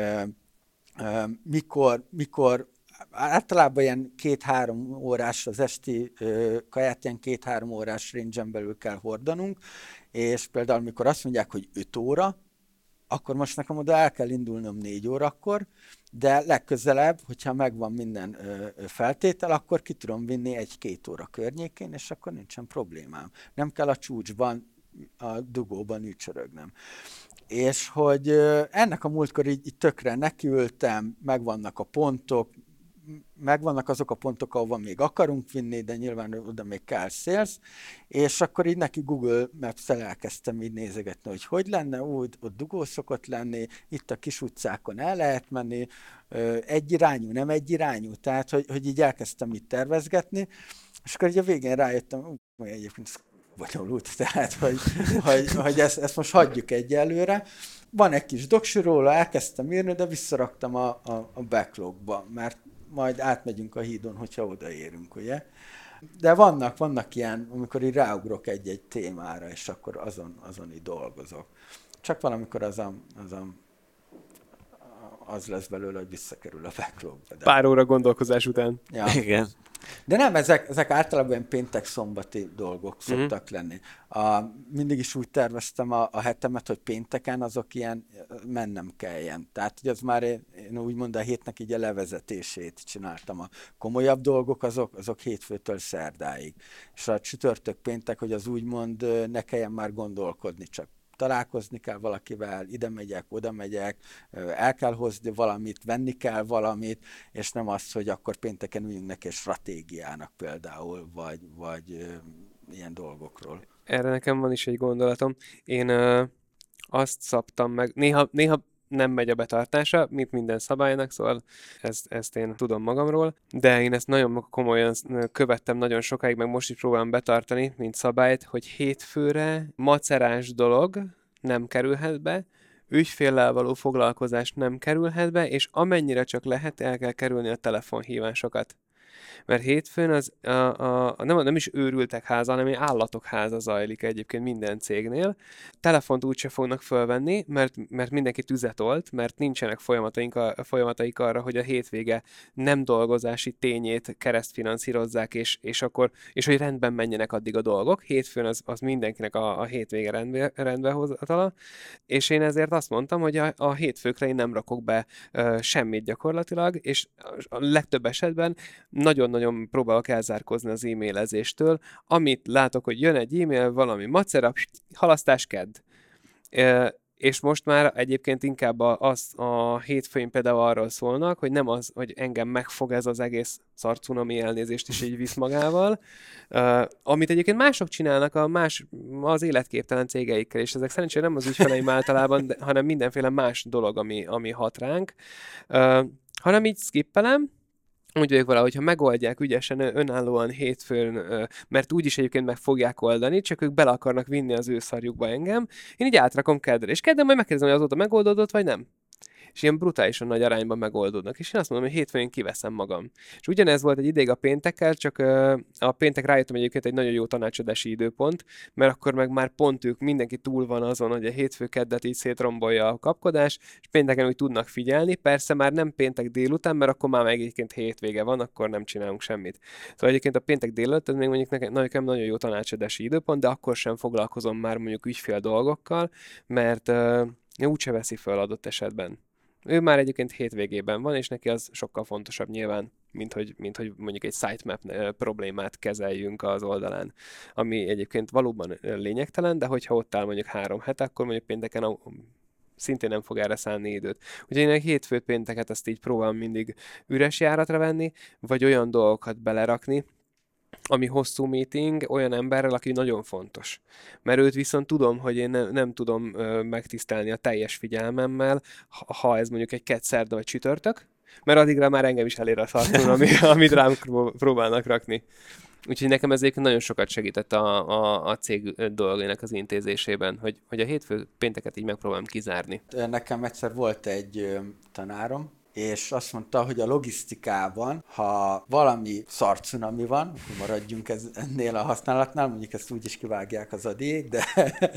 mikor, mikor általában ilyen két-három órás, az esti kaját ilyen két-három órás range-en belül kell hordanunk, és például mikor azt mondják, hogy öt óra, akkor most nekem oda el kell indulnom négy órakor, de legközelebb, hogyha megvan minden ö, ö, feltétel, akkor ki tudom vinni egy-két óra környékén, és akkor nincsen problémám. Nem kell a csúcsban, a dugóban ücsörögnem. És hogy ö, ennek a múltkor így, így tökre nekiültem, megvannak a pontok, megvannak azok a pontok, ahova még akarunk vinni, de nyilván oda még kell sales, és akkor így neki Google Maps-el elkezdtem így nézegetni, hogy hogy lenne, úgy, ott dugó szokott lenni, itt a kis utcákon el lehet menni, egyirányú, nem egyirányú, tehát hogy, hogy így elkezdtem így tervezgetni, és akkor így a végén rájöttem, hogy egyébként bonyolult, tehát hogy, hogy, hogy ezt, ezt most hagyjuk egyelőre. Van egy kis doksi róla, elkezdtem írni, de visszaraktam a, a, a backlogba, mert majd átmegyünk a hídon, hogyha odaérünk, ugye? De vannak, vannak ilyen, amikor így ráugrok egy-egy témára, és akkor azon, azon így dolgozok. Csak valamikor az, a, az, a, az lesz belőle, hogy visszakerül a backlogba. De... Pár óra gondolkozás után. Ja. Igen. De nem, ezek, ezek általában péntek-szombati dolgok szoktak mm-hmm. lenni. A, mindig is úgy terveztem a, a hetemet, hogy pénteken azok ilyen mennem kelljen. Tehát, hogy az már én, én úgymond a hétnek így a levezetését csináltam. A komolyabb dolgok azok, azok hétfőtől szerdáig. És a csütörtök péntek, hogy az úgymond ne kelljen már gondolkodni, csak találkozni kell valakivel, ide megyek, oda megyek, el kell hozni valamit, venni kell valamit, és nem az, hogy akkor pénteken üljünk neki egy stratégiának például, vagy, vagy ö, ilyen dolgokról. Erre nekem van is egy gondolatom. Én ö, azt szabtam meg, néha, néha nem megy a betartása, mint minden szabálynak, szóval ezt, ezt én tudom magamról, de én ezt nagyon komolyan követtem nagyon sokáig, meg most is próbálom betartani, mint szabályt, hogy hétfőre macerás dolog nem kerülhet be, ügyféllel való foglalkozás nem kerülhet be, és amennyire csak lehet, el kell kerülni a telefonhívásokat. Mert hétfőn az a, a, a, nem, nem is őrültek háza, hanem állatok háza zajlik egyébként minden cégnél. Telefont úgyse fognak fölvenni, mert, mert mindenki tüzet olt, mert nincsenek folyamataink, folyamataik arra, hogy a hétvége nem dolgozási tényét keresztfinanszírozzák, és, és, akkor, és hogy rendben menjenek addig a dolgok. Hétfőn az, az mindenkinek a, a hétvége rendbe, rendbehozatala, és én ezért azt mondtam, hogy a, a hétfőkre én nem rakok be uh, semmit gyakorlatilag, és a legtöbb esetben nagyon-nagyon próbálok elzárkózni az e-mailezéstől, amit látok, hogy jön egy e-mail, valami macera, halasztás kedd. E, és most már egyébként inkább a, az, a hétfőn például arról szólnak, hogy nem az, hogy engem megfog ez az egész szarcunami, elnézést is így visz magával, e, amit egyébként mások csinálnak a más, az életképtelen cégeikkel, és ezek szerencsére nem az ügyfeleim általában, de, hanem mindenféle más dolog, ami, ami hat ránk, e, hanem így skippelem. Úgy vagyok vele, hogyha megoldják ügyesen, önállóan hétfőn, mert úgyis egyébként meg fogják oldani, csak ők bele akarnak vinni az ő szarjukba engem, én így átrakom kedre, és kedden majd megkérdezem, hogy azóta megoldódott, vagy nem. És ilyen brutálisan nagy arányban megoldódnak. És én azt mondom, hogy hétfőn kiveszem magam. És ugyanez volt egy ideig a péntekkel, csak a péntek rájöttem egyébként egy nagyon jó tanácsadási időpont, mert akkor meg már pont ők, mindenki túl van azon, hogy a hétfő keddet így szétrombolja a kapkodás, és pénteken úgy tudnak figyelni. Persze már nem péntek délután, mert akkor már meg egyébként hétvége van, akkor nem csinálunk semmit. Szóval egyébként a péntek délután ez még mondjuk nekem, nekem nagyon jó tanácsadási időpont, de akkor sem foglalkozom már mondjuk ügyfél dolgokkal, mert uh, úgyse veszi fel adott esetben. Ő már egyébként hétvégében van, és neki az sokkal fontosabb nyilván, mint hogy, mint hogy mondjuk egy sitemap problémát kezeljünk az oldalán, ami egyébként valóban lényegtelen, de hogyha ott áll mondjuk három hete, akkor mondjuk pénteken a, szintén nem fog erre szánni időt. Úgyhogy én a hétfőt pénteket azt így próbálom mindig üres járatra venni, vagy olyan dolgokat belerakni, ami hosszú meeting olyan emberrel, aki nagyon fontos. Mert őt viszont tudom, hogy én ne, nem tudom ö, megtisztelni a teljes figyelmemmel, ha, ha ez mondjuk egy kedd, szerda vagy csütörtök, mert addigra már engem is elér a szartón, ami, amit rám próbálnak rakni. Úgyhogy nekem ez egyébként nagyon sokat segített a, a, a cég dolgainak az intézésében, hogy, hogy a hétfő pénteket így megpróbálom kizárni. Nekem egyszer volt egy ö, tanárom, és azt mondta, hogy a logisztikában, ha valami szarcunami van, akkor maradjunk ez, ennél a használatnál, mondjuk ezt úgy is kivágják az adék, de...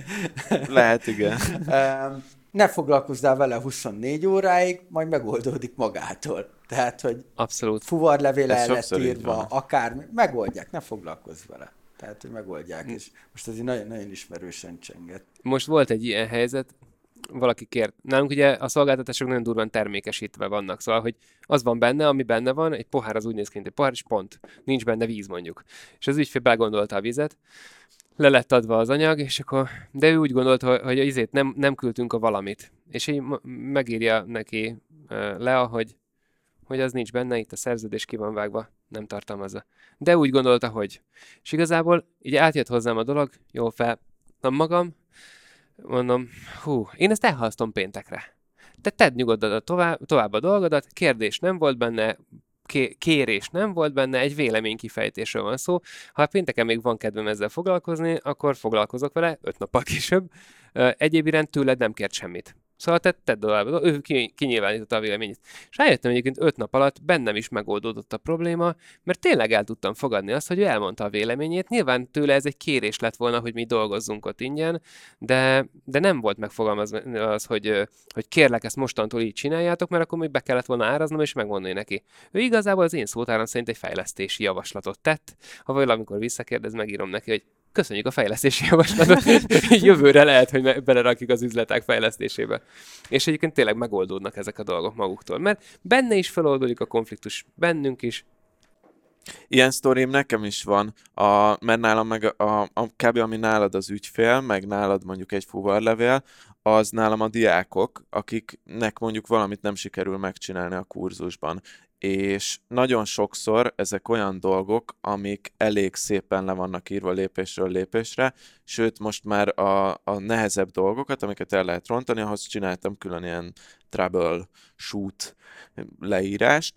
Lehet, igen. Ne foglalkozzál vele huszonnégy óráig, majd megoldódik magától. Tehát, hogy abszolút. Fuvarlevél el lett írva, akármi, megoldják, ne foglalkozz vele. Tehát, hogy megoldják, mm. és most ez így nagyon, nagyon ismerősen csengett. Most volt egy ilyen helyzet, valaki kér. Nálunk ugye a szolgáltatások nagyon durván termékesítve vannak, szóval, hogy az van benne, ami benne van, egy pohár az úgy néz ki, mint egy pohár, és pont. Nincs benne víz mondjuk. És az ügyfél begondolta a vizet, le lett adva az anyag, és akkor, de ő úgy gondolta, hogy, hogy izét nem, nem küldtünk a valamit. És így megírja neki uh, Lea, hogy, hogy az nincs benne, itt a szerződés ki van vágva, nem tartalmazza. De úgy gondolta, hogy. És igazából így átjött hozzám a dolog, jó fel, nem magam, mondom, hú, én ezt elhalasztom péntekre. Te tedd nyugodtan tovább, tovább a dolgodat, kérdés nem volt benne, kérés nem volt benne, egy véleménykifejtésről van szó. Ha pénteken még van kedvem ezzel foglalkozni, akkor foglalkozok vele, öt nappal később. Egyéb iránt tőled nem kért semmit. Szóval te tedd tovább, ő kinyilvánította a véleményét. És rájöttem egyébként öt nap alatt bennem is megoldódott a probléma, mert tényleg el tudtam fogadni azt, hogy ő elmondta a véleményét. Nyilván tőle ez egy kérés lett volna, hogy mi dolgozzunk ott ingyen, de, de nem volt megfogalmazva az, hogy, hogy kérlek, ezt mostantól így csináljátok, mert akkor még be kellett volna áraznom, és megmondani neki. Ő igazából az én szótáram szerint egy fejlesztési javaslatot tett. Ha valamikor visszakérdez, megírom neki, hogy köszönjük a fejlesztési javaslatot, jövőre lehet, hogy belerakjuk az üzletek fejlesztésébe. És egyébként tényleg megoldódnak ezek a dolgok maguktól, mert benne is feloldódik a konfliktus, bennünk is. Ilyen sztorim nekem is van, a, mert nálam meg a, a kb. Ami nálad az ügyfél, meg nálad mondjuk egy fuvarlevél, az nálam a diákok, akiknek mondjuk valamit nem sikerül megcsinálni a kurzusban. És nagyon sokszor ezek olyan dolgok, amik elég szépen le vannak írva lépésről lépésre, sőt most már a, a nehezebb dolgokat, amiket el lehet rontani, ahhoz csináltam külön ilyen troubleshoot leírást,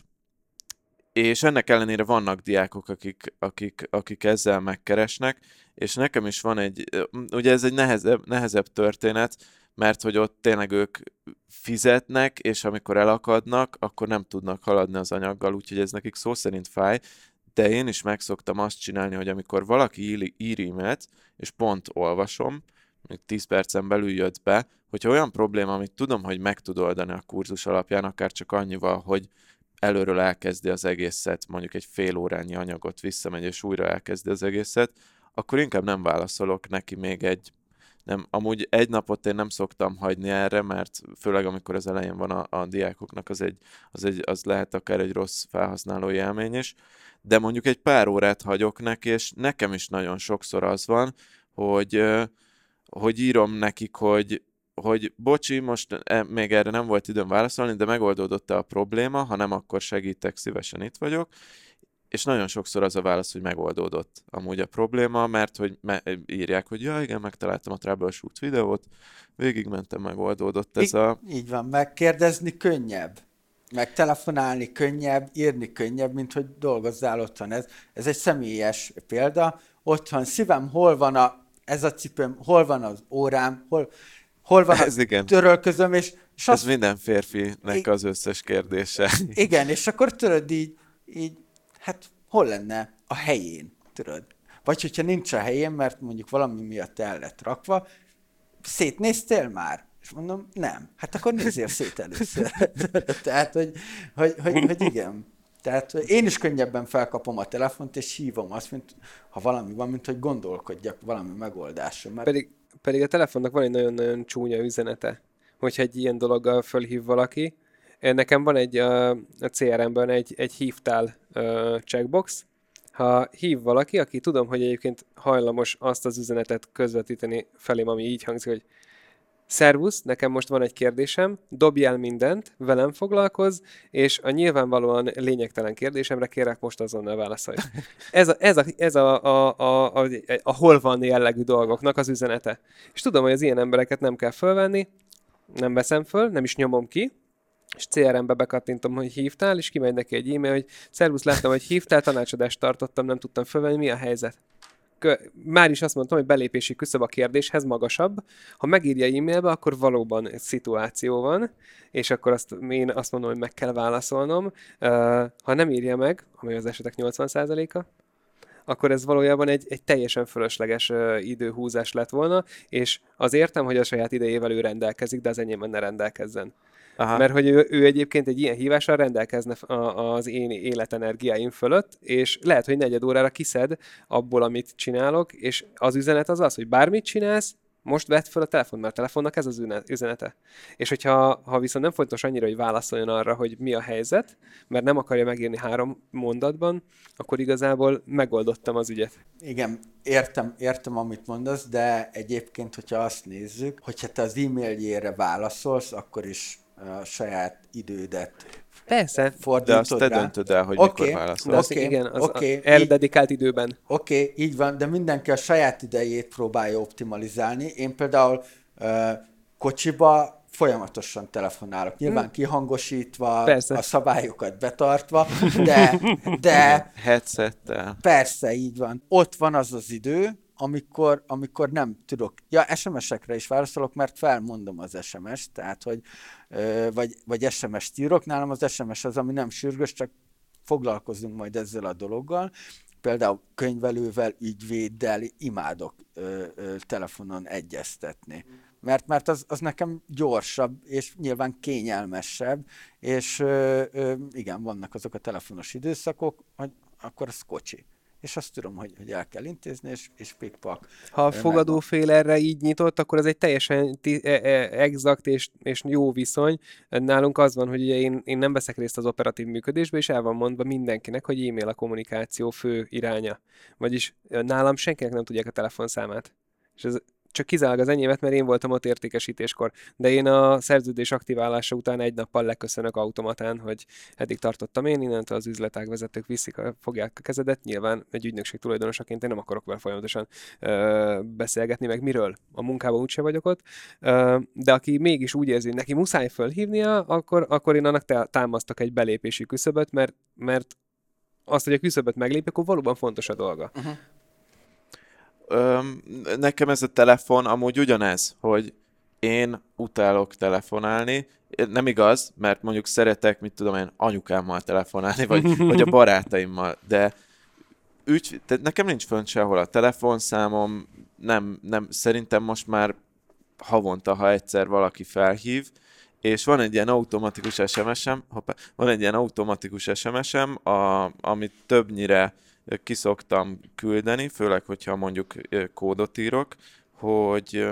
és ennek ellenére vannak diákok, akik, akik, akik ezzel megkeresnek, és nekem is van egy, ugye ez egy nehezebb, nehezebb történet, mert hogy ott tényleg ők fizetnek, és amikor elakadnak, akkor nem tudnak haladni az anyaggal, úgyhogy ez nekik szó szerint fáj, de én is megszoktam azt csinálni, hogy amikor valaki ír e-mailt, és pont olvasom, még tíz percen belül jött be, hogyha olyan probléma, amit tudom, hogy meg tud oldani a kurzus alapján, akár csak annyival, hogy előről elkezdi az egészet, mondjuk egy fél órányi anyagot visszamegy, és újra elkezdi az egészet, akkor inkább nem válaszolok neki még egy Nem, amúgy egy napot én nem szoktam hagyni erre, mert főleg amikor az elején van a, a diákoknak, az, egy, az, egy, az lehet akár egy rossz felhasználói élmény is, de mondjuk egy pár órát hagyok neki, és nekem is nagyon sokszor az van, hogy, hogy írom nekik, hogy, hogy bocsi, most még erre nem volt időm válaszolni, de megoldódott-e a probléma, ha nem, akkor segítek, szívesen itt vagyok. És nagyon sokszor az a válasz, hogy megoldódott amúgy a probléma, mert hogy me- írják, hogy ja, igen, megtaláltam a troubleshoot videót, végigmentem, megoldódott ez a... Így van, megkérdezni könnyebb, meg telefonálni könnyebb, írni könnyebb, mint hogy dolgozzál otthon. Ez, ez egy személyes példa. Otthon szívem, hol van a, ez a cipőm, hol van az órám, hol, hol van ez a igen. törölközöm, és... és ez azt... minden férfinek az összes kérdése. Igen, és akkor tudod így, így hát hol lenne a helyén, tudod? Vagy hogyha nincs a helyén, mert mondjuk valami miatt el lett rakva, szétnéztél már? És mondom, nem. Hát akkor nézzél szét először. Tehát, hogy, hogy, hogy, hogy igen. Tehát hogy én is könnyebben felkapom a telefont, és hívom azt, mint ha valami van, mint hogy gondolkodjak valami megoldásra. Mert... Pedig, pedig a telefonnak van egy nagyon-nagyon csúnya üzenete, hogyha egy ilyen dologgal fölhív valaki. Nekem van egy a, a cé er em-ben egy, egy hívtál uh, checkbox. Ha hív valaki, aki tudom, hogy egyébként hajlamos azt az üzenetet közvetíteni felém, ami így hangzik, hogy szervusz, nekem most van egy kérdésem, dobj el mindent, velem foglalkozz, és a nyilvánvalóan lényegtelen kérdésemre kérek most azonnal válaszolj. Ez a, ez a, ez a, a, a, a, a hol van jellegű dolgoknak az üzenete. És tudom, hogy az ilyen embereket nem kell fölvenni, nem veszem föl, nem is nyomom ki, és cé er em-be bekattintom, hogy hívtál, és kimegy neki egy e-mail, hogy szervusz, láttam, hogy hívtál, tanácsadást tartottam, nem tudtam fölvenni, mi a helyzet? Már is azt mondtam, hogy belépési küszöb a kérdéshez magasabb. Ha megírja e-mailbe, akkor valóban egy szituáció van, és akkor azt, én azt mondom, hogy meg kell válaszolnom. Ha nem írja meg, ami az esetek nyolcvan százaléka, akkor ez valójában egy, egy teljesen fölösleges időhúzás lett volna, és az értem, hogy a saját idejével ő rendelkezik, de az enyémben ne rendelkezzen. Aha. Mert hogy ő, ő egyébként egy ilyen hívással rendelkezne az én életenergiáim fölött, és lehet, hogy negyed órára kiszed abból, amit csinálok, és az üzenet az az, hogy bármit csinálsz, Most vett fel a telefon, mert a telefonnak ez az üzenete. És hogyha ha viszont nem fontos annyira, hogy válaszoljon arra, hogy mi a helyzet, mert nem akarja megírni három mondatban, akkor igazából megoldottam az ügyet. Igen, értem, értem, amit mondasz, de egyébként, hogyha azt nézzük, hogyha te az e-mailjére válaszolsz, akkor is a saját idődet Persze. De azt te rá. döntöd el, hogy okay, mikor válaszol. De az, okay, igen, az okay, erre dedikált időben. Oké, okay, így van, de mindenki a saját idejét próbálja optimalizálni. Én például uh, kocsiba folyamatosan telefonálok. Nyilván hmm. kihangosítva, persze. A szabályokat betartva, de... de headsettel. Persze, így van. Ott van az az idő, amikor, amikor nem tudok. Ja, es em es-ekre is válaszolok, mert felmondom az es em es-t, tehát, hogy ö, vagy, vagy es em es-t írok. Nálam az es em es az, ami nem sürgős, csak foglalkozunk majd ezzel a dologgal. Például könyvelővel, ügyvéddel imádok ö, ö, telefonon egyeztetni. Mert, mert az, az nekem gyorsabb, és nyilván kényelmesebb, és ö, ö, igen, vannak azok a telefonos időszakok, hogy akkor az kocsi. És azt tudom, hogy, hogy el kell intézni, és, és pikpak. Ha a fogadófél erre így nyitott, akkor ez egy teljesen ti- e- e- exakt és, és jó viszony. Nálunk az van, hogy ugye én, én nem veszek részt az operatív működésbe, és el van mondva mindenkinek, hogy e-mail a kommunikáció fő iránya. Vagyis nálam senkinek nem tudják a telefonszámát. És ez csak kizárólag az enyémet, mert én voltam ott értékesítéskor. De én a szerződés aktiválása után egy nappal leköszönök automatán, hogy eddig tartottam én, innentől az üzletág vezetők viszik, fogják a kezedet. Nyilván egy ügynökség tulajdonosaként én nem akarok vele folyamatosan ö, beszélgetni, meg miről. A munkában úgyse vagyok ott. Ö, de aki mégis úgy érzi, hogy neki muszáj fölhívnia, akkor, akkor én annak támasztok egy belépési küszöböt, mert, mert azt, hogy a küszöböt meglépj, akkor valóban fontos a dolga. Uh-huh. Öm, nekem ez a telefon amúgy ugyanez, hogy én utálok telefonálni. Nem igaz, mert mondjuk szeretek, mit tudom én, anyukámmal telefonálni, vagy, vagy a barátaimmal, de ügy, tehát nekem nincs fönt sehol a telefonszámom, nem, nem, szerintem most már havonta, ha egyszer valaki felhív, és van egy ilyen automatikus es em es-em, hoppá, van egy ilyen automatikus es em es-em, a, amit többnyire ki szoktam küldeni, főleg, hogyha mondjuk kódot írok, hogy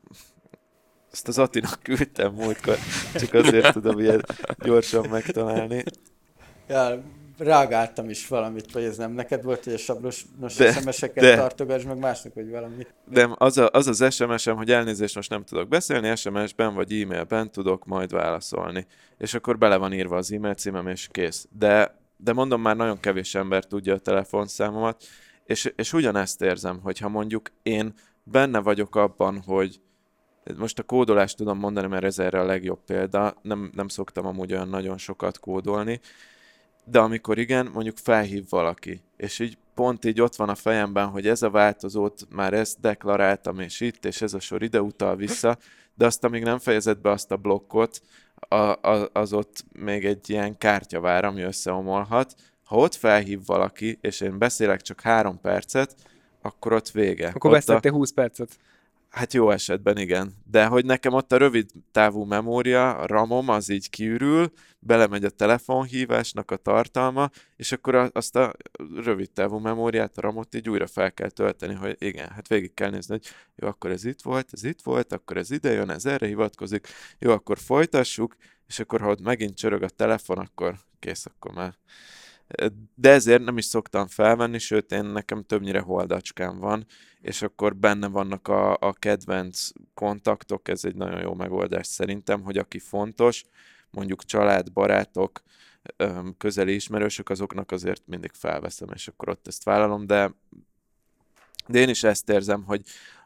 ezt az Attinak küldtem múltkor, csak azért tudom ilyen gyorsan megtalálni. Ja, reagáltam is valamit, vagy ez nem neked volt, hogy a sablonos es em es-eket tartogass meg másnak, vagy valami. De az, a, az az es em es-em, hogy elnézést, most nem tudok beszélni, es em es-ben vagy e-mailben tudok majd válaszolni. És akkor bele van írva az e-mail címem, és kész. De De mondom, már nagyon kevés ember tudja a telefonszámomat, és, és ugyanezt érzem, hogyha mondjuk én benne vagyok abban, hogy most a kódolást tudom mondani, mert ez erre a legjobb példa, nem, nem szoktam amúgy olyan nagyon sokat kódolni, de amikor igen, mondjuk felhív valaki, és így pont így ott van a fejemben, hogy ez a változót, már ezt deklaráltam, és itt, és ez a sor ide utal vissza, de azt, amíg nem fejezed be azt a blokkot, A, a, az ott még egy ilyen kártyavár, ami összeomolhat. Ha ott felhív valaki, és én beszélek csak három percet, akkor ott vége. Akkor beszéltél a... húsz percet. Hát jó esetben igen. De hogy nekem ott a rövid távú memória, a ramom, az így kiürül, belemegy a telefonhívásnak a tartalma, és akkor azt a rövid távú memóriát, a ramot így újra fel kell tölteni, hogy igen, hát végig kell nézni, hogy jó, akkor ez itt volt, ez itt volt, akkor ez ide jön, ez erre hivatkozik, jó, akkor folytassuk, és akkor ha ott megint csörög a telefon, akkor kész, akkor már. De ezért nem is szoktam felvenni, sőt, én nekem többnyire holdacskám van, és akkor benne vannak a, a kedvenc kontaktok, ez egy nagyon jó megoldás szerintem, hogy aki fontos, mondjuk család, barátok, közeli ismerősök, azoknak azért mindig felveszem, és akkor ott ezt vállalom, de, de én is ezt érzem, hogy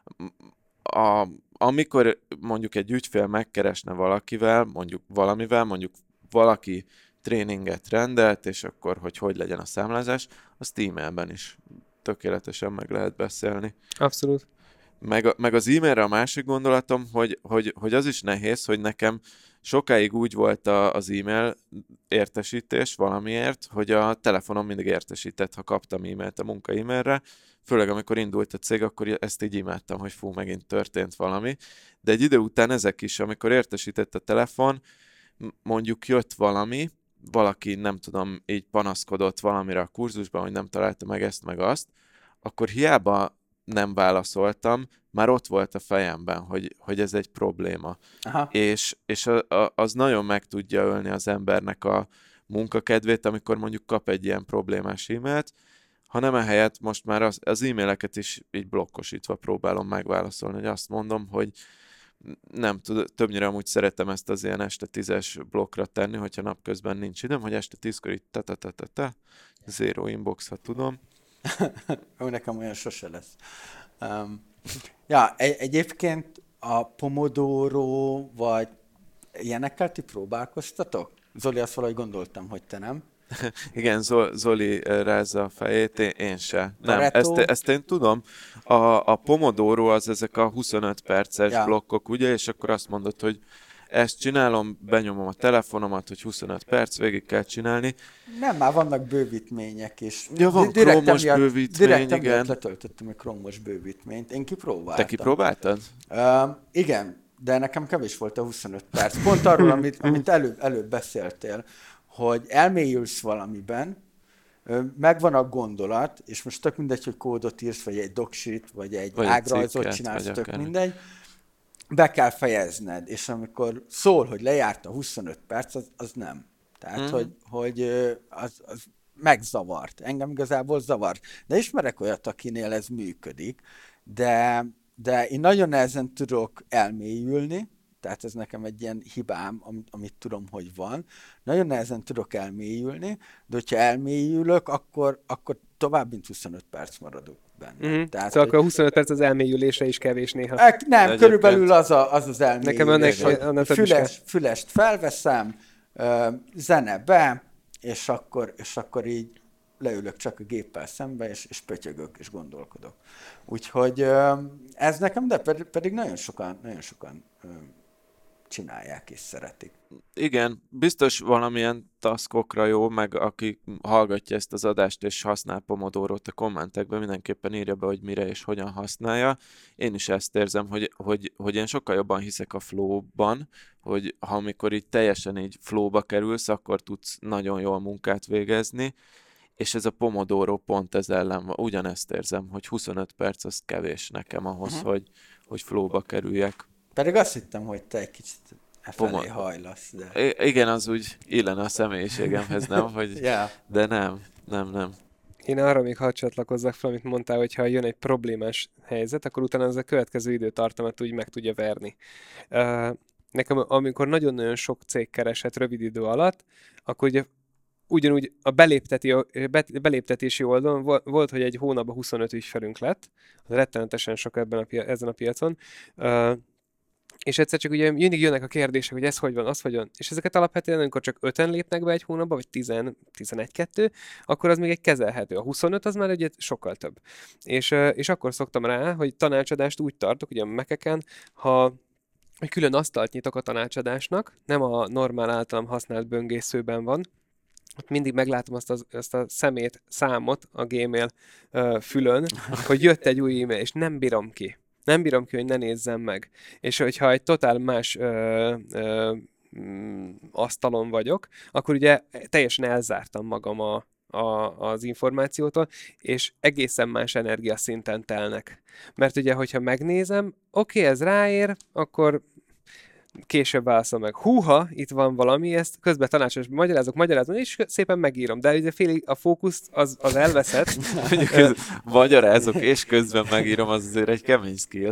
a, amikor mondjuk egy ügyfél megkeresne valakivel, mondjuk valamivel, mondjuk valaki tréninget rendelt, és akkor, hogy hogy legyen a számlázás, azt e-mailben is tökéletesen meg lehet beszélni. Abszolút. Meg, meg az e-mailre a másik gondolatom, hogy, hogy, hogy az is nehéz, hogy nekem sokáig úgy volt a, az e-mail értesítés valamiért, hogy a telefonom mindig értesített, ha kaptam e-mailt a munka e-mailre, főleg amikor indult a cég, akkor ezt így imádtam, hogy fú, megint történt valami. De egy idő után ezek is, amikor értesített a telefon, mondjuk jött valami, valaki, nem tudom, így panaszkodott valamire a kurzusban, hogy nem találta meg ezt, meg azt, akkor hiába nem válaszoltam, már ott volt a fejemben, hogy, hogy ez egy probléma. Aha. És, és a, a, az nagyon meg tudja ölni az embernek a munkakedvét, amikor mondjuk kap egy ilyen problémás e-mailt, hanem ehelyett most már az, az e-maileket is így blokkosítva próbálom megválaszolni, hogy azt mondom, hogy nem tud, többnyire amúgy szeretem ezt az ilyen este tízes blokkra tenni, hogyha napközben nincs időm, hogy este tízkor itt ta-ta-ta-ta-ta, zero inbox, ha tudom. Ó, nekem olyan sose lesz. Um, ja, egy, egyébként a Pomodoro, vagy ilyenekkel ti próbálkoztatok? Zoli, azt valahogy gondoltam, hogy te nem. Igen, Zoli rázza a fejét, én, én se. Nem, ezt, ezt én tudom. A, a Pomodoro az ezek a huszonöt perces ja. blokkok, ugye, és akkor azt mondod, hogy ezt csinálom, benyomom a telefonomat, hogy huszonöt perc, végig kell csinálni. Nem, már vannak bővítmények is. Ja, van Chrome-os bővítmény, direkt igen. Direkt letöltöttem egy Chrome-os bővítményt. Én kipróbáltam. Te kipróbáltad? Uh, igen, de nekem kevés volt a huszonöt perc. Pont arról, amit, amit előbb, előbb beszéltél, hogy elmélyülsz valamiben, megvan a gondolat, és most tök mindegy, hogy kódot írsz, vagy egy docsit, vagy egy vagy ágrajzot cikket, csinálsz, tök akár. mindegy, be kell fejezned, és amikor szól, hogy lejárt a huszonöt perc, az, az nem. Tehát, mm. hogy, hogy az, az megzavart. Engem igazából zavart. De ismerek olyat, akinél ez működik, de, de én nagyon nehezen tudok elmélyülni, tehát ez nekem egy ilyen hibám, amit, amit tudom, hogy van. Nagyon nehezen tudok elmélyülni, de hogyha elmélyülök, akkor, akkor tovább, mint huszonöt perc maradok benne. Mm-hmm. Tehát, szóval akkor a huszonöt perc az elmélyülésre is kevés néha. Nem, Egyébként. körülbelül az az, az, az elmélyülés. Nekem ennek, ennek Füles, fülest felveszem, zene be, és akkor, és akkor így leülök csak a géppel szembe, és, és pötyögök, és gondolkodok. Úgyhogy ez nekem, de pedig nagyon sokan, nagyon sokan csinálják és szeretik. Igen, biztos valamilyen taskokra jó, meg aki hallgatja ezt az adást és használ Pomodorót a kommentekben, mindenképpen írja be, hogy mire és hogyan használja. Én is ezt érzem, hogy, hogy, hogy én sokkal jobban hiszek a flow-ban, hogy ha amikor így teljesen így flow-ba kerülsz, akkor tudsz nagyon jól munkát végezni, és ez a Pomodoro pont ez ellen van. Ugyanezt érzem, hogy huszonöt perc az kevés nekem ahhoz, uh-huh. hogy, hogy flow-ba kerüljek. Pedig azt hittem, hogy te egy kicsit e felé hajlasz. De... I- igen, az úgy illene a személyiségemhez, nem? Hogy... yeah. De nem, nem, nem. Én arra még hadd csatlakozzak fel, amit mondtál, hogy ha jön egy problémás helyzet, akkor utána az a következő időtartamat úgy meg tudja verni. Uh, nekem, amikor nagyon-nagyon sok cég keresett rövid idő alatt, akkor ugye ugyanúgy a belépteti, beléptetési oldalon volt, hogy egy hónapban huszonöt ügyfelünk lett, az rettenetesen sok ebben a pia- ezen a piacon, uh, és egyszer csak ugye mindig jönnek a kérdések, hogy ez hogy van, az hogy van, és ezeket alapvetően, amikor csak öten lépnek be egy hónapba, vagy tíz, tizenegy-kettő, akkor az még egy kezelhető. A huszonöt az már ugye sokkal több. És, és akkor szoktam rá, hogy tanácsadást úgy tartok, ugye a Mac-eken, ha hogy külön asztalt nyitok a tanácsadásnak, nem a normál általam használt böngészőben van, ott mindig meglátom azt, az, azt a szemét, számot a Gmail uh, fülön, hogy jött egy új e-mail, és nem bírom ki. Nem bírom ki, hogy ne nézzem meg. És hogyha egy totál más ö, ö, asztalon vagyok, akkor ugye teljesen elzártam magam a, a, az információtól, és egészen más energiaszinten telnek. Mert ugye, hogyha megnézem, oké, okay, ez ráér, akkor később válaszol meg. Húha, itt van valami, ezt közben tanácsos magyarázok, magyarázom, és szépen megírom. De ugye félig a fókusz az, az elveszett. Magyarázok, és közben megírom, az azért egy kemény skill.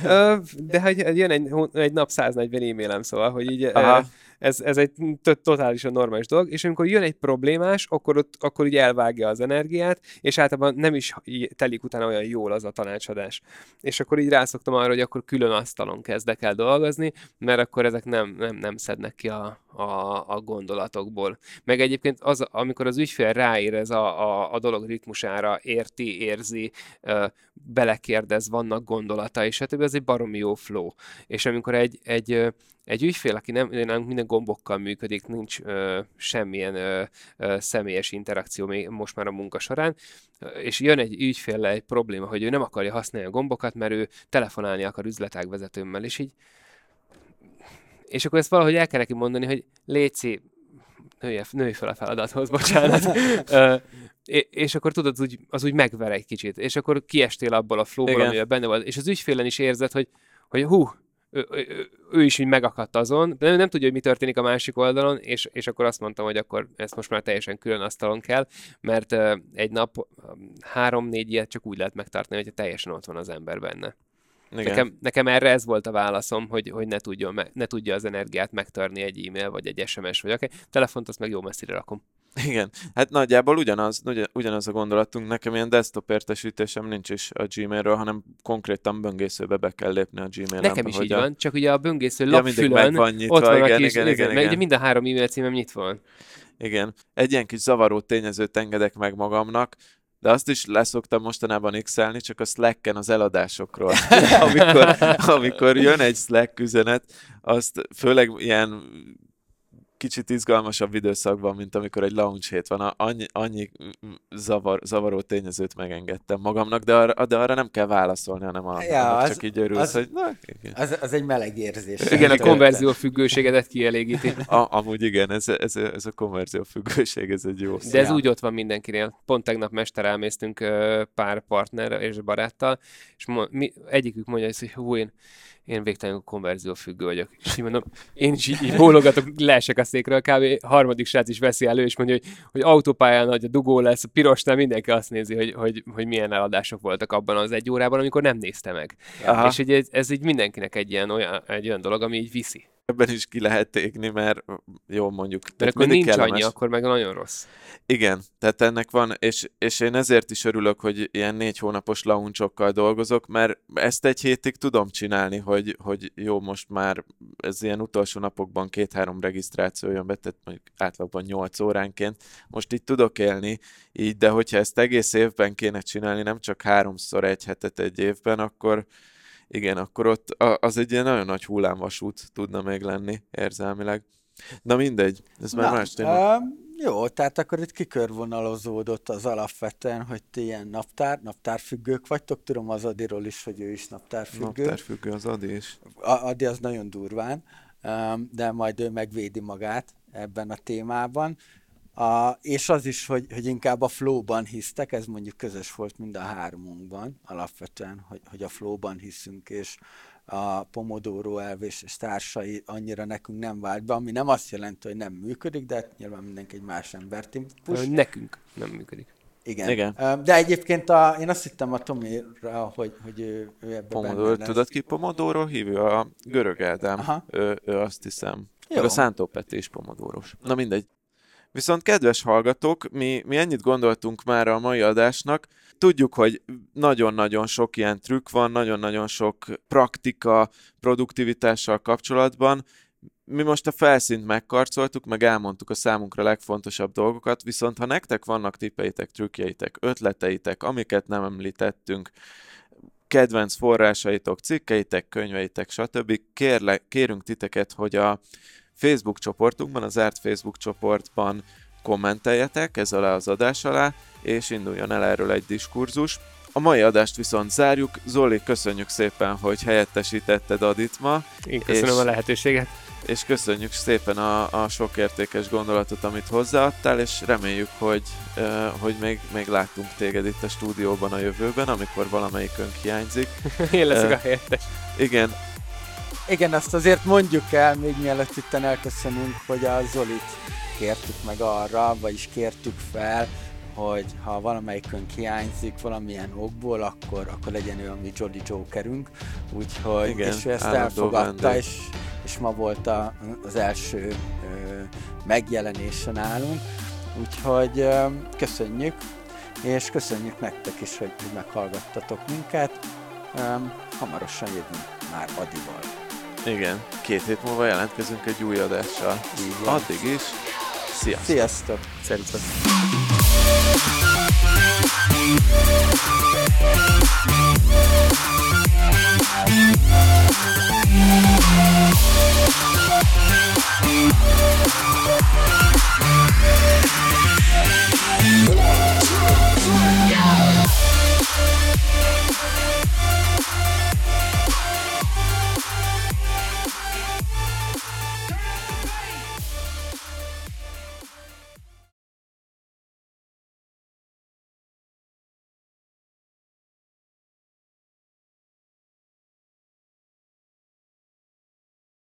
De hogy jön egy, egy nap száznegyven e-mailem, szóval, hogy így ez, ez egy totálisan normális dolog, és amikor jön egy problémás, akkor, ott, akkor így elvágja az energiát, és általában nem is telik utána olyan jól az a tanácsadás. És akkor így rászoktam arra, hogy akkor külön asztalon kezdek el dolgozni, mert akkor ezek nem, nem, nem szednek ki a, a, a gondolatokból. Meg egyébként az, amikor az ügyfél ráérez a, a, a dolog ritmusára, érti, érzi, belekérdez, vannak gondolatai, stb. Az egy baromi jó flow. És amikor egy, egy Egy ügyfél, aki nem, nem minden gombokkal működik, nincs ö, semmilyen ö, ö, személyes interakció még most már a munka során, és jön egy ügyféllel egy probléma, hogy ő nem akarja használni a gombokat, mert ő telefonálni akar üzletágvezetőmmel, és így és akkor ezt valahogy el kell neki mondani, hogy léci, nőj, nőj fel a feladathoz, bocsánat. és akkor tudod, az úgy, az úgy megver egy kicsit, és akkor kiestél abból a flowból, amivel benne volt, és az ügyfélen is érzed, hogy, hogy hú, ő, ő, ő is így megakadt azon, de nem, nem tudja, hogy mi történik a másik oldalon, és, és akkor azt mondtam, hogy akkor ezt most már teljesen külön asztalon kell, mert uh, egy nap három-négy ilyet csak úgy lehet megtartani, hogyha teljesen ott van az ember benne. Nekem, nekem erre ez volt a válaszom, hogy, hogy ne, tudjon, ne tudja az energiát megtörni egy e-mail, vagy egy es em es, vagy akár. Telefont azt meg jó messzire rakom. Igen, hát nagyjából ugyanaz, ugyanaz a gondolatunk. Nekem ilyen desktop értesítésem nincs is a Gmailről, hanem konkrétan böngészőbe be kell lépni a Gmail-embe. Nekem is így a... van, csak ugye a böngésző ja, lapfülön van nyitva, ott van igen, a kis, igen, igen, mert igen. mind a három e-mail címem nyitva van. Igen, egy ilyen kis zavaró tényezőt engedek meg magamnak, de azt is leszoktam mostanában x-elni, csak a Slacken az eladásokról. amikor, amikor jön egy Slack üzenet, azt főleg ilyen kicsit izgalmasabb időszakban, mint amikor egy launch hét van. Annyi, annyi zavar, zavaró tényezőt megengedtem magamnak, de arra, de arra nem kell válaszolni, hanem arra, ja, az, csak így örülsz, az, hogy... Na, az, az egy meleg érzés. Igen, a konverzió függőségedet kielégíti. A, amúgy igen, ez, ez, ez a konverzió függőség, ez egy jó szó. De ez úgy ott van mindenkinél. Pont tegnap mesterelméztünk pár partner és baráttal, és mi, egyikük mondja, hogy hú, én én végtelenül konverziófüggő vagyok. És így mondom, én is így, így bólogatok, leesek a székről, kb. Harmadik srác is veszi elő, és mondja, hogy, hogy autópályán, hogy a dugó lesz, a pirosnál mindenki azt nézi, hogy, hogy, hogy milyen eladások voltak abban az egy órában, amikor nem nézte meg. Aha. És ez, ez így mindenkinek egy ilyen olyan, egy olyan dolog, ami így viszi. Ebben is ki lehet égni, mert jó mondjuk. De akkor nincs kellemes. Annyi, akkor meg nagyon rossz. Igen, tehát ennek van, és, és én ezért is örülök, hogy ilyen négy hónapos launchokkal dolgozok, mert ezt egy hétig tudom csinálni, hogy, hogy jó, most már ez ilyen utolsó napokban két-három regisztráció jön be, tehát mondjuk átlagban nyolc óránként. Most így tudok élni, így, de hogyha ezt egész évben kéne csinálni, nem csak háromszor egy hetet egy évben, akkor igen, akkor ott az egy ilyen nagyon nagy hullámvasút tudna még lenni érzelmileg. Na mindegy, ez már Na, más téma. Uh, jó, tehát akkor itt kikörvonalozódott az alapvetően, hogy ti ilyen naptár, naptárfüggők vagytok. Tudom az Adiról is, hogy ő is naptárfüggő. Naptárfüggő az Adi is. A, Adi az nagyon durván, um, de majd ő megvédi magát ebben a témában. A, és az is, hogy, hogy inkább a flow-ban hisztek, ez mondjuk közös volt mind a hármunkban, alapvetően, hogy, hogy a flow-ban hiszünk, és a Pomodoro elv és, és társai annyira nekünk nem vált be, ami nem azt jelenti, hogy nem működik, de nyilván mindenki egy más embertípus. Nekünk nem működik. Igen. Igen. De egyébként a, én azt hittem a Tomira, hogy, hogy ő, ő ebben Pomodoro, benne lesz. Tudod ki Pomodoro hívja? A görög Ádám. Ő, ő azt hiszem. Jó. Meg a Szántó Peti is pomodoros. Na mindegy. Viszont kedves hallgatók, mi, mi ennyit gondoltunk már a mai adásnak. Tudjuk, hogy nagyon-nagyon sok ilyen trükk van, nagyon-nagyon sok praktika produktivitással kapcsolatban. Mi most a felszínt megkarcoltuk, meg elmondtuk a számunkra legfontosabb dolgokat, viszont ha nektek vannak tippeitek, trükkjeitek, ötleteitek, amiket nem említettünk, kedvenc forrásaitok, cikkeitek, könyveitek, stb. Kérle, kérünk titeket, hogy a Facebook csoportunkban, az zárt Facebook csoportban kommenteljetek ez alá az adás alá, és induljon el erről egy diskurzus. A mai adást viszont zárjuk. Zoli, köszönjük szépen, hogy helyettesítetted Adit ma. Én köszönöm és, a lehetőséget. És köszönjük szépen a, a sok értékes gondolatot, amit hozzáadtál, és reméljük, hogy, uh, hogy még, még látunk téged itt a stúdióban a jövőben, amikor valamelyikünk hiányzik. Én leszek uh, a helyettes. Igen. Igen, azt azért mondjuk el, még mielőtt itten elköszönünk, hogy a Zolit kértük meg arra, vagyis kértük fel, hogy ha valamelyikünk hiányzik valamilyen okból, akkor, akkor legyen ő a mi Jolly Jokerünk. Úgyhogy, igen, és ő ezt elfogadta, és, és ma volt a, az első ö, megjelenése nálunk. Úgyhogy ö, köszönjük, és köszönjük nektek is, hogy, hogy meghallgattatok minket. Ö, hamarosan jövünk már Adival. Igen, két hét múlva jelentkezünk egy új adással. Igen. Addig is, sziasztok! Sziasztok! Szerintem. We'll be right back.